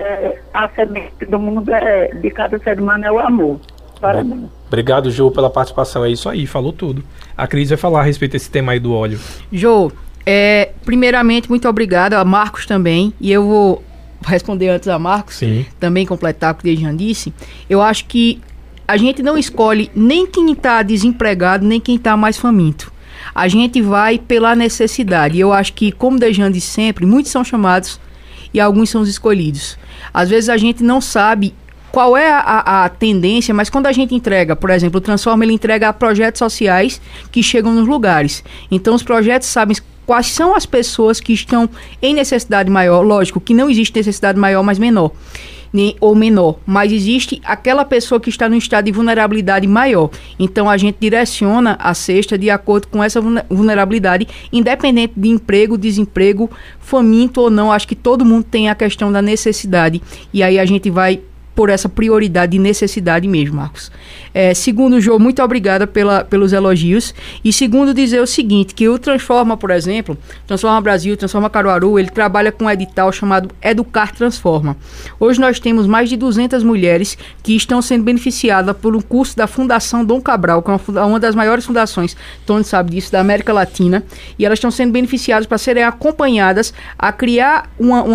a semente do mundo, de cada ser humano, é o amor. Parabéns. Obrigado, Jô, pela participação. É isso aí, falou tudo. A Cris vai falar a respeito desse tema aí do óleo. Jô, primeiramente, muito obrigado a Marcos também. E eu vou responder antes a Marcos, sim, também completar o que o Dejan disse. Eu acho que a gente não escolhe nem quem está desempregado, nem quem está mais faminto. A gente vai pela necessidade. E eu acho que, como o Dejan disse sempre, muitos são chamados e alguns são os escolhidos. Às vezes a gente não sabe qual é a tendência, mas quando a gente entrega, por exemplo, o Transforma, ele entrega projetos sociais que chegam nos lugares. Então os projetos sabem quais são as pessoas que estão em necessidade maior. Lógico que não existe necessidade maior, mas menor. Ou menor, mas existe aquela pessoa que está num estado de vulnerabilidade maior. Então a gente direciona a cesta de acordo com essa vulnerabilidade, independente de emprego, desemprego, faminto ou não. Acho que todo mundo tem a questão da necessidade, e aí a gente vai por essa prioridade de necessidade mesmo, Marcos. Segundo, Jô, muito obrigada pelos elogios. E segundo, dizer o seguinte, que o Transforma, por exemplo, Transforma Brasil, Transforma Caruaru, ele trabalha com um edital chamado Educar Transforma. Hoje nós temos mais de 200 mulheres que estão sendo beneficiadas por um curso da Fundação Dom Cabral, que é uma das maiores fundações, Tony sabe disso, da América Latina, e elas estão sendo beneficiadas para serem acompanhadas a criar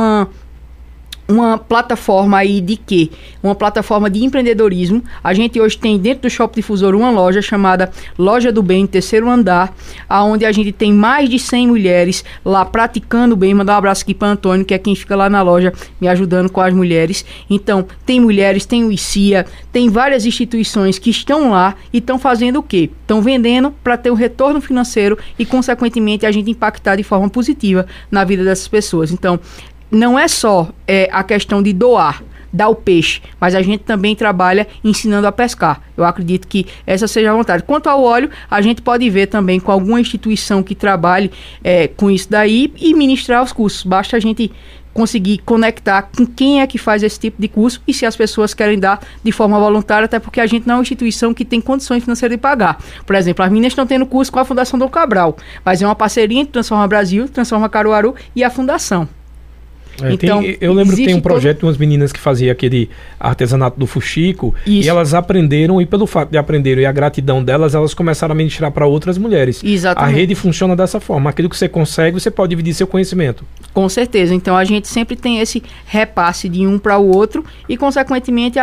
uma plataforma aí de quê? Uma plataforma de empreendedorismo. A gente hoje tem dentro do Shopping Difusor uma loja chamada Loja do Bem, terceiro andar, onde a gente tem mais de 100 mulheres lá praticando o bem. Mandar um abraço aqui para Antônio, que é quem fica lá na loja me ajudando com as mulheres. Então, tem mulheres, tem o ICIA, tem várias instituições que estão lá e estão fazendo o quê? Estão vendendo para ter um retorno financeiro e, consequentemente, a gente impactar de forma positiva na vida dessas pessoas. Então, não é só a questão de dar o peixe, mas a gente também trabalha ensinando a pescar. Eu acredito que essa seja a vontade. Quanto ao óleo, a gente pode ver também com alguma instituição que trabalhe com isso daí e ministrar os cursos. Basta a gente conseguir conectar com quem é que faz esse tipo de curso e se as pessoas querem dar de forma voluntária, até porque a gente não é uma instituição que tem condições financeiras de pagar. Por exemplo, as meninas estão tendo curso com a Fundação Dom Cabral, mas é uma parceria entre Transforma Brasil, Transforma Caruaru e a Fundação. Então, eu lembro que tem um projeto de umas meninas que faziam aquele artesanato do fuxico, e elas aprenderam, e pelo fato de aprenderem e a gratidão delas, elas começaram a ministrar para outras mulheres. Exatamente. A rede funciona dessa forma. Aquilo que você consegue, você pode dividir seu conhecimento. Com certeza. Então a gente sempre tem esse repasse de um para o outro e, consequentemente,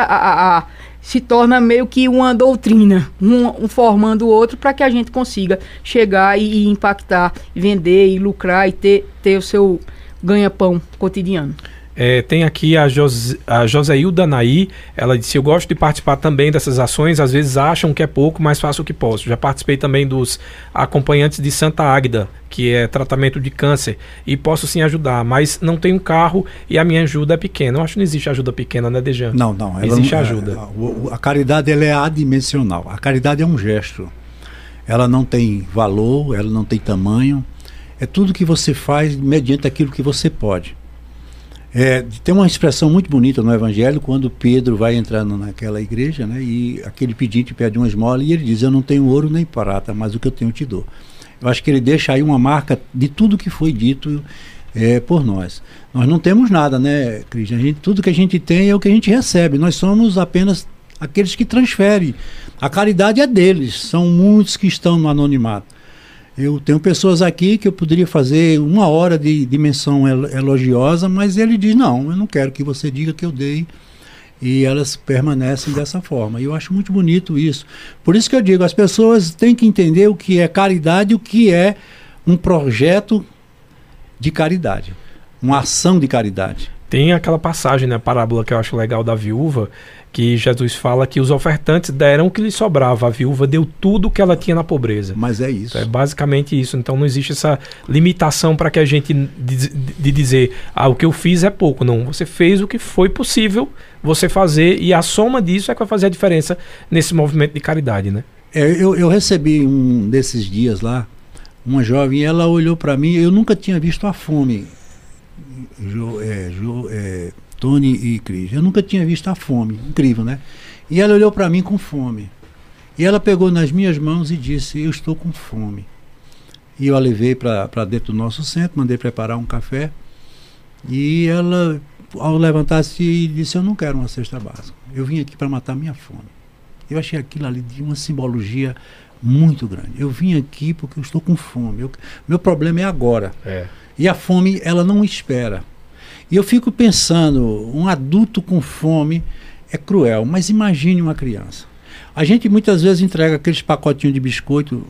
se torna meio que uma doutrina, um formando o outro, para que a gente consiga chegar e impactar, vender e lucrar e ter o seu ganha-pão cotidiano. Tem aqui a Joséilda Naí, ela disse: eu gosto de participar também dessas ações, às vezes acham que é pouco, mas faço o que posso. Já participei também dos acompanhantes de Santa Águida, que é tratamento de câncer, e posso sim ajudar, mas não tenho carro e a minha ajuda é pequena. Eu acho que não existe ajuda pequena, né, Dejan? Não. Existe ajuda. A caridade, ela é adimensional. A caridade é um gesto. Ela não tem valor, ela não tem tamanho. É tudo que você faz mediante aquilo que você pode. Tem uma expressão muito bonita no Evangelho, quando Pedro vai entrando naquela igreja, né, e aquele pedinte pede uma esmola e ele diz: eu não tenho ouro nem prata, mas o que eu tenho eu te dou. Eu acho que ele deixa aí uma marca de tudo que foi dito por nós. Nós não temos nada, né, Cristian? Tudo que a gente tem é o que a gente recebe. Nós somos apenas aqueles que transferem. A caridade é deles, são muitos que estão no anonimato. Eu tenho pessoas aqui que eu poderia fazer 1 hora de dimensão elogiosa, mas ele diz: não, eu não quero que você diga que eu dei. E elas permanecem dessa forma. E eu acho muito bonito isso. Por isso que eu digo, as pessoas têm que entender o que é caridade e o que é um projeto de caridade, uma ação de caridade. Tem aquela passagem, né, a parábola que eu acho legal da viúva, que Jesus fala que os ofertantes deram o que lhes sobrava, a viúva deu tudo o que ela tinha na pobreza. Mas é isso. Então, é basicamente isso. Então não existe essa limitação para que a gente de dizer: o que eu fiz é pouco. Não, você fez o que foi possível você fazer, e a soma disso é que vai fazer a diferença nesse movimento de caridade, né? Eu recebi um desses dias lá, uma jovem, e ela olhou para mim. Eu nunca tinha visto a fome, Tony e Cris, eu nunca tinha visto a fome. Incrível, né? E ela olhou para mim com fome, e ela pegou nas minhas mãos e disse: eu estou com fome. E eu a levei para dentro do nosso centro, mandei preparar um café, e ela, ao levantar-se, disse: eu não quero uma cesta básica, eu vim aqui para matar minha fome. Eu achei aquilo ali de uma simbologia muito grande. Eu vim aqui porque eu estou com fome, meu problema é agora. E a fome, ela não espera. E eu fico pensando, um adulto com fome é cruel, mas imagine uma criança. A gente muitas vezes entrega aqueles pacotinhos de biscoito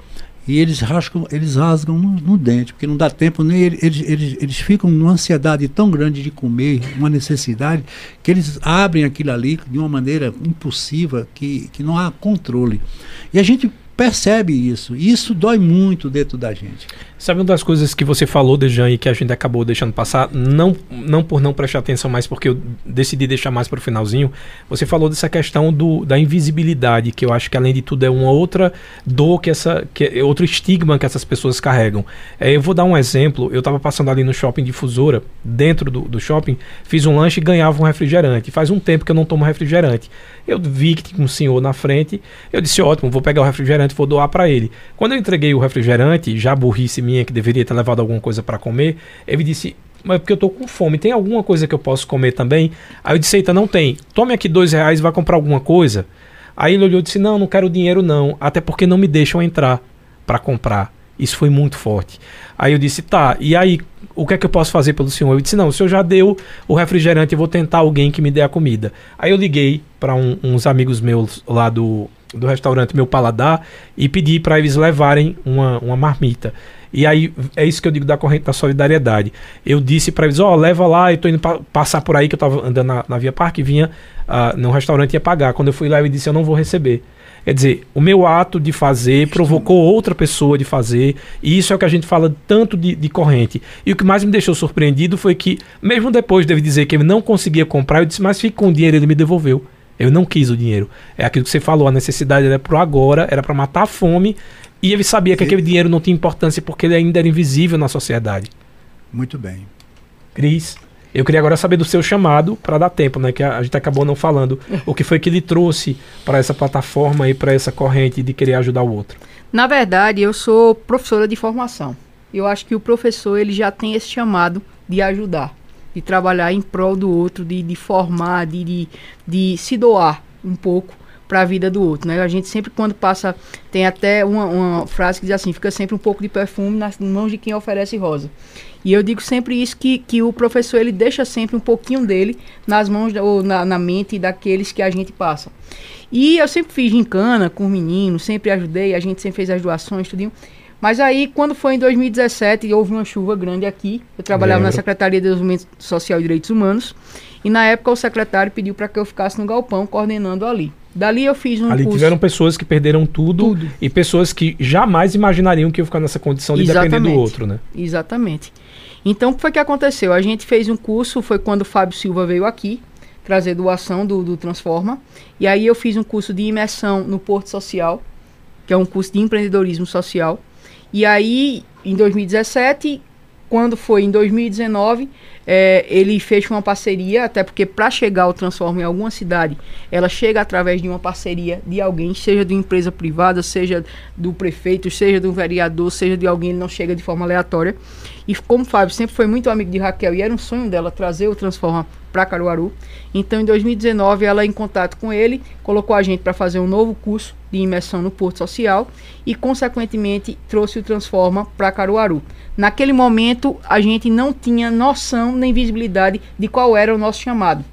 e eles rasgam no dente, porque não dá tempo, nem eles ficam numa ansiedade tão grande de comer, uma necessidade, que eles abrem aquilo ali de uma maneira impulsiva, que não há controle. E a gente percebe isso, e isso dói muito dentro da gente. Sabe uma das coisas que você falou, Dejan, e que a gente acabou deixando passar, não por não prestar atenção, mas porque eu decidi deixar mais para o finalzinho, você falou dessa questão da invisibilidade, que eu acho que além de tudo é uma outra dor, que é outro estigma que essas pessoas carregam. Eu vou dar um exemplo. Eu estava passando ali no Shopping Difusora, dentro do shopping, fiz um lanche e ganhava um refrigerante. Faz um tempo que eu não tomo refrigerante. Eu vi que tinha um senhor na frente, eu disse: ótimo, vou pegar o refrigerante e vou doar para ele. Quando eu entreguei o refrigerante, já burrice minha, que deveria ter levado alguma coisa para comer, ele disse: mas porque eu tô com fome, tem alguma coisa que eu posso comer também? Aí eu disse: eita, não tem, tome aqui R$2 e vai comprar alguma coisa. Aí ele olhou e disse: não quero dinheiro não, até porque não me deixam entrar para comprar. Isso foi muito forte. Aí eu disse: tá, e aí o que é que eu posso fazer pelo senhor? Eu disse: não, o senhor já deu o refrigerante, eu vou tentar alguém que me dê a comida. Aí eu liguei para uns amigos meus lá do restaurante Meu Paladar e pedi para eles levarem uma marmita. E aí é isso que eu digo da corrente da solidariedade. Eu disse para eles: leva lá, eu tô indo passar por aí, que eu tava andando na Via Parque, vinha no restaurante e ia pagar. Quando eu fui lá, eu disse: eu não vou receber. Quer dizer, o meu ato de fazer provocou outra pessoa de fazer, e isso é o que a gente fala tanto de corrente. E o que mais me deixou surpreendido foi que, mesmo depois de ele dizer que ele não conseguia comprar, eu disse: mas fique com o dinheiro, ele me devolveu. Eu não quis o dinheiro. É aquilo que você falou, a necessidade era pro agora, era para matar a fome, e ele sabia que aquele dinheiro não tinha importância porque ele ainda era invisível na sociedade. Muito bem. Cris, eu queria agora saber do seu chamado, para dar tempo, né, que a gente acabou não falando. O que foi que ele trouxe para essa plataforma e para essa corrente de querer ajudar o outro? Na verdade, eu sou professora de formação. Eu acho que o professor, ele já tem esse chamado de ajudar. de trabalhar em prol do outro, de formar, de se doar um pouco para a vida do outro, né? A gente sempre, quando passa, tem até uma frase que diz assim: fica sempre um pouco de perfume nas mãos de quem oferece rosa. E eu digo sempre isso, que o professor, ele deixa sempre um pouquinho dele nas mãos ou na mente daqueles que a gente passa. E eu sempre fiz gincana com os meninos, sempre ajudei, a gente sempre fez as doações, tudinho. Mas aí, quando foi em 2017, houve uma chuva grande aqui. Eu trabalhava na Secretaria de Desenvolvimento Social e Direitos Humanos. E na época o secretário pediu para que eu ficasse no galpão, coordenando ali. Dali eu fiz um ali curso. Tiveram pessoas que perderam tudo e pessoas que jamais imaginariam que iam ficar nessa condição de depender do outro, né? Exatamente. Então, o que foi que aconteceu? A gente fez um curso, foi quando o Fábio Silva veio aqui trazer doação do Transforma. E aí eu fiz um curso de imersão no Porto Social, que é um curso de empreendedorismo social. E aí, em 2017, quando foi em 2019, ele fez uma parceria, até porque para chegar ao Transforma em alguma cidade, ela chega através de uma parceria de alguém, seja de uma empresa privada, seja do prefeito, seja do vereador, seja de alguém, ele não chega de forma aleatória. E como o Fábio sempre foi muito amigo de Raquel e era um sonho dela trazer o Transforma para Caruaru, então em 2019 ela, em contato com ele, colocou a gente para fazer um novo curso de imersão no Porto Social e consequentemente trouxe o Transforma para Caruaru. Naquele momento a gente não tinha noção nem visibilidade de qual era o nosso chamado,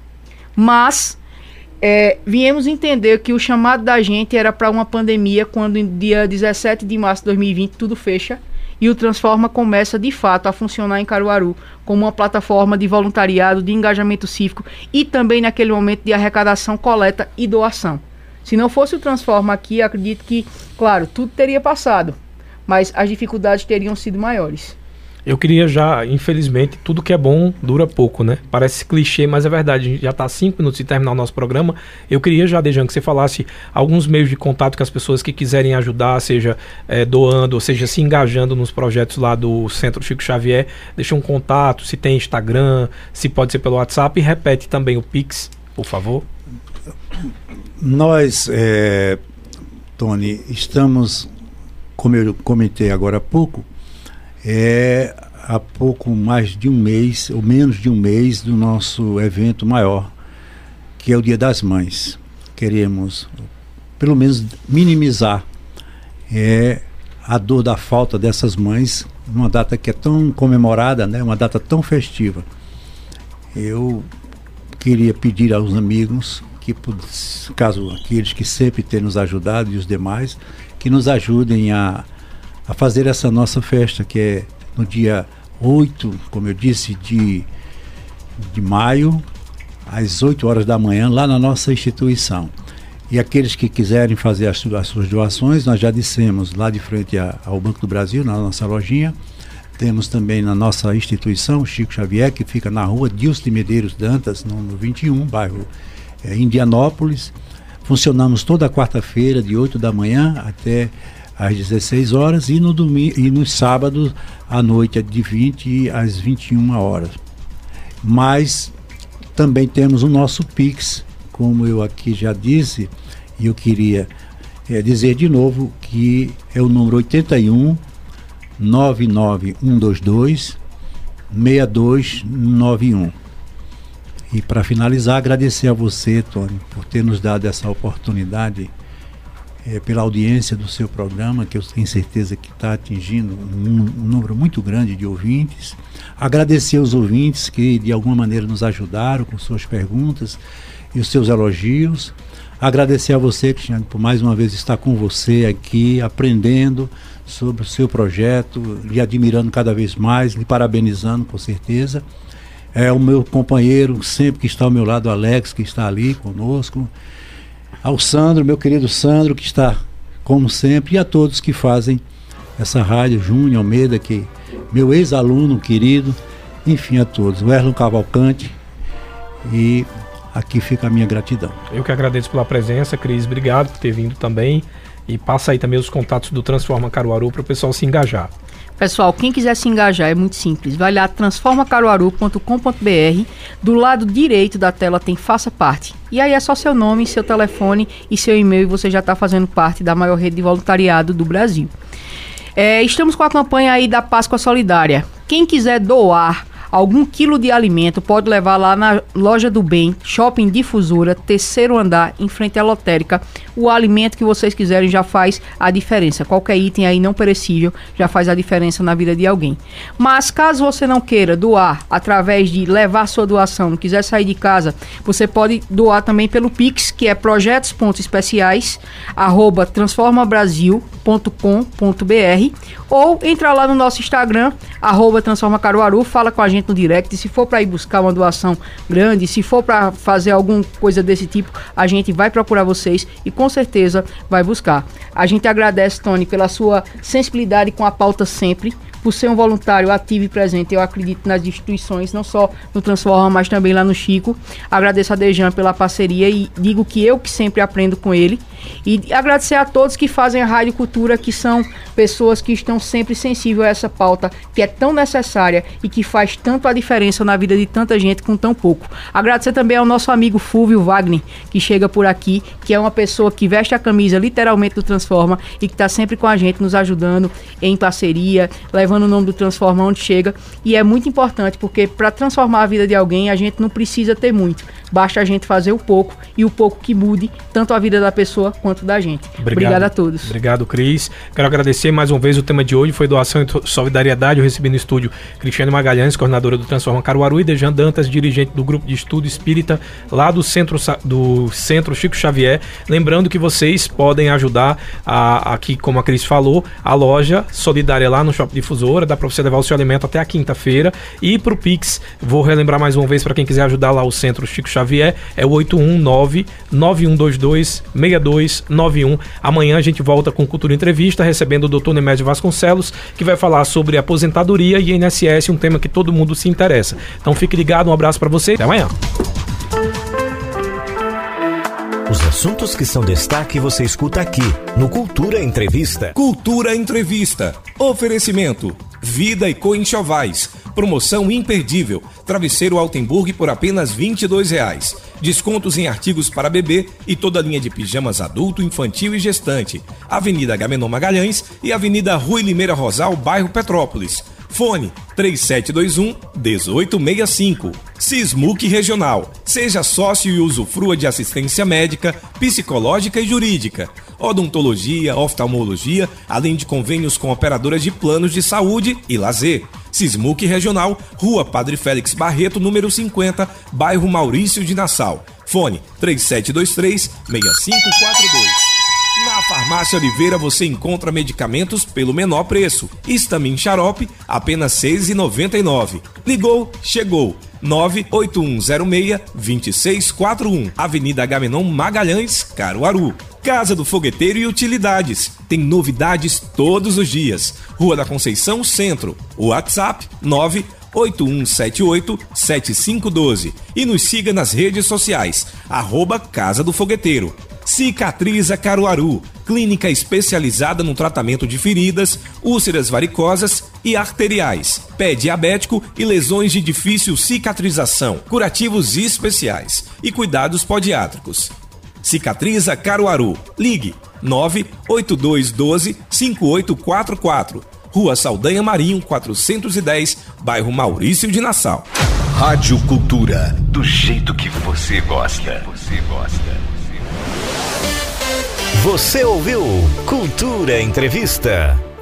mas viemos entender que o chamado da gente era para uma pandemia, quando no dia 17 de março de 2020 tudo fecha e o Transforma começa de fato a funcionar em Caruaru como uma plataforma de voluntariado, de engajamento cívico e também naquele momento de arrecadação, coleta e doação. Se não fosse o Transforma aqui, acredito que, claro, tudo teria passado, mas as dificuldades teriam sido maiores. Eu queria já, infelizmente, tudo que é bom dura pouco, né? Parece clichê, mas é verdade. A gente já está 5 minutos de terminar o nosso programa. Eu queria já, Dejan, que você falasse alguns meios de contato que as pessoas que quiserem ajudar, seja doando, ou seja, se engajando nos projetos lá do Centro Chico Xavier, deixa um contato, se tem Instagram, se pode ser pelo WhatsApp, e repete também o Pix, por favor. Nós, Tony, estamos, como eu comentei agora há pouco, há pouco mais de um mês, ou menos de um mês, do nosso evento maior, que é o Dia das Mães. Queremos, pelo menos, minimizar a dor da falta dessas mães, numa data que é tão comemorada, né, uma data tão festiva. Eu queria pedir aos amigos, que, caso aqueles que sempre têm nos ajudado e os demais, que nos ajudem a fazer essa nossa festa, que é no dia 8, como eu disse, de maio, às 8 horas da manhã, lá na nossa instituição. E aqueles que quiserem fazer as suas doações, nós já dissemos, lá de frente ao Banco do Brasil, na nossa lojinha. Temos também na nossa instituição, Chico Xavier, que fica na rua Dilson de Medeiros Dantas, no 21, bairro Indianópolis. Funcionamos toda quarta-feira, de 8 da manhã até às 16 horas, e no domingo e no sábado à noite, de 20 às 21 horas. Mas também temos o nosso Pix, como eu aqui já disse, e eu queria dizer de novo que é o número 81 99122 6291. E para finalizar, agradecer a você, Tony, por ter nos dado essa oportunidade, pela audiência do seu programa, que eu tenho certeza que está atingindo um número muito grande de ouvintes. Agradecer aos ouvintes que de alguma maneira nos ajudaram com suas perguntas e os seus elogios. Agradecer a você, Cristiano, por mais uma vez estar com você aqui, aprendendo sobre o seu projeto, lhe admirando cada vez mais, lhe parabenizando com certeza. O meu companheiro, sempre que está ao meu lado, Alex, que está ali conosco. Ao Sandro, meu querido Sandro, que está como sempre, e a todos que fazem essa rádio, Júnior Almeida, que meu ex-aluno querido, enfim, a todos. O Erlon Cavalcante, e aqui fica a minha gratidão. Eu que agradeço pela presença, Cris, obrigado por ter vindo também, e passa aí também os contatos do Transforma Caruaru para o pessoal se engajar. Pessoal, quem quiser se engajar é muito simples. Vai lá, transformacaruaru.com.br. Do lado direito da tela tem Faça Parte. E aí é só seu nome, seu telefone e seu e-mail, e você já está fazendo parte da maior rede de voluntariado do Brasil. Estamos com a campanha aí da Páscoa Solidária. Quem quiser doar algum quilo de alimento, pode levar lá na Loja do Bem, Shopping Difusora, 3º andar, em frente à lotérica. O alimento que vocês quiserem já faz a diferença. Qualquer item aí não perecível já faz a diferença na vida de alguém. Mas caso você não queira doar através de levar sua doação, não quiser sair de casa, você pode doar também pelo Pix, que é projetos.especiais@transformabrasil.com.br, ou entrar lá no nosso Instagram, @transformacaruaru, fala com a gente no direct. Se for para ir buscar uma doação grande, se for para fazer alguma coisa desse tipo, a gente vai procurar vocês e com certeza vai buscar. A gente agradece, Tony, pela sua sensibilidade com a pauta sempre, por ser um voluntário ativo e presente, eu acredito nas instituições, não só no Transforma, mas também lá no Chico. Agradeço a Dejan pela parceria e digo que eu que sempre aprendo com ele. E agradecer a todos que fazem a Rádio Cultura, que são pessoas que estão sempre sensíveis a essa pauta, que é tão necessária e que faz tanto a diferença na vida de tanta gente com tão pouco. Agradecer também ao nosso amigo Fúvio Wagner, que chega por aqui, que é uma pessoa que veste a camisa literalmente do Transforma e que está sempre com a gente, nos ajudando em parceria, levando o nome do Transforma onde chega. E é muito importante, porque para transformar a vida de alguém, a gente não precisa ter muito. Basta a gente fazer o pouco, e o pouco que mude tanto a vida da pessoa quanto da gente. Obrigado a todos. Obrigado, Cris. Quero agradecer mais uma vez. O tema de hoje foi doação e solidariedade. Eu recebi no estúdio Cristiane Magalhães, coordenadora do Transforma Caruaru, e Dejan Dantas, dirigente do grupo de estudo espírita lá do Centro Chico Xavier. Lembrando que vocês podem ajudar aqui, como a Cris falou, a loja solidária lá no Shopping Difusora. Dá para você levar o seu alimento até a quinta-feira. E pro Pix, vou relembrar mais uma vez para quem quiser ajudar lá o Centro Chico Xavier, é o 819-9122-6291. Amanhã a gente volta com Cultura Entrevista, recebendo o Dr. Nemédio Vasconcelos, que vai falar sobre aposentadoria e INSS, um tema que todo mundo se interessa. Então fique ligado, um abraço para você, até amanhã. Os assuntos que são destaque você escuta aqui no Cultura Entrevista. Cultura Entrevista. Oferecimento: Vida e Coenxovais. Promoção imperdível. Travesseiro Altenburg por apenas R$22. Descontos em artigos para bebê e toda a linha de pijamas adulto, infantil e gestante. Avenida Agamenon Magalhães e Avenida Rui Limeira Rosal, bairro Petrópolis. Fone 3721-1865. Sismuc Regional. Seja sócio e usufrua de assistência médica, psicológica e jurídica. Odontologia, oftalmologia, além de convênios com operadoras de planos de saúde e lazer. Sismuc Regional, Rua Padre Félix Barreto, número 50, bairro Maurício de Nassau. Fone 3723-6542. Na Farmácia Oliveira você encontra medicamentos pelo menor preço. Histamin Xarope, apenas R$ 6,99. Ligou, chegou. 98106-2641. Avenida Agamenon Magalhães, Caruaru. Casa do Fogueteiro e Utilidades. Tem novidades todos os dias. Rua da Conceição, Centro. WhatsApp 98178-7512. E nos siga nas redes sociais. @Casa do Fogueteiro. Cicatriza Caruaru, clínica especializada no tratamento de feridas, úlceras varicosas e arteriais, pé diabético e lesões de difícil cicatrização, curativos especiais e cuidados podiátricos. Cicatriza Caruaru, ligue 98212-5844, Rua Saldanha Marinho 410, bairro Maurício de Nassau. Rádio Cultura, do jeito que você gosta. Você ouviu Cultura Entrevista.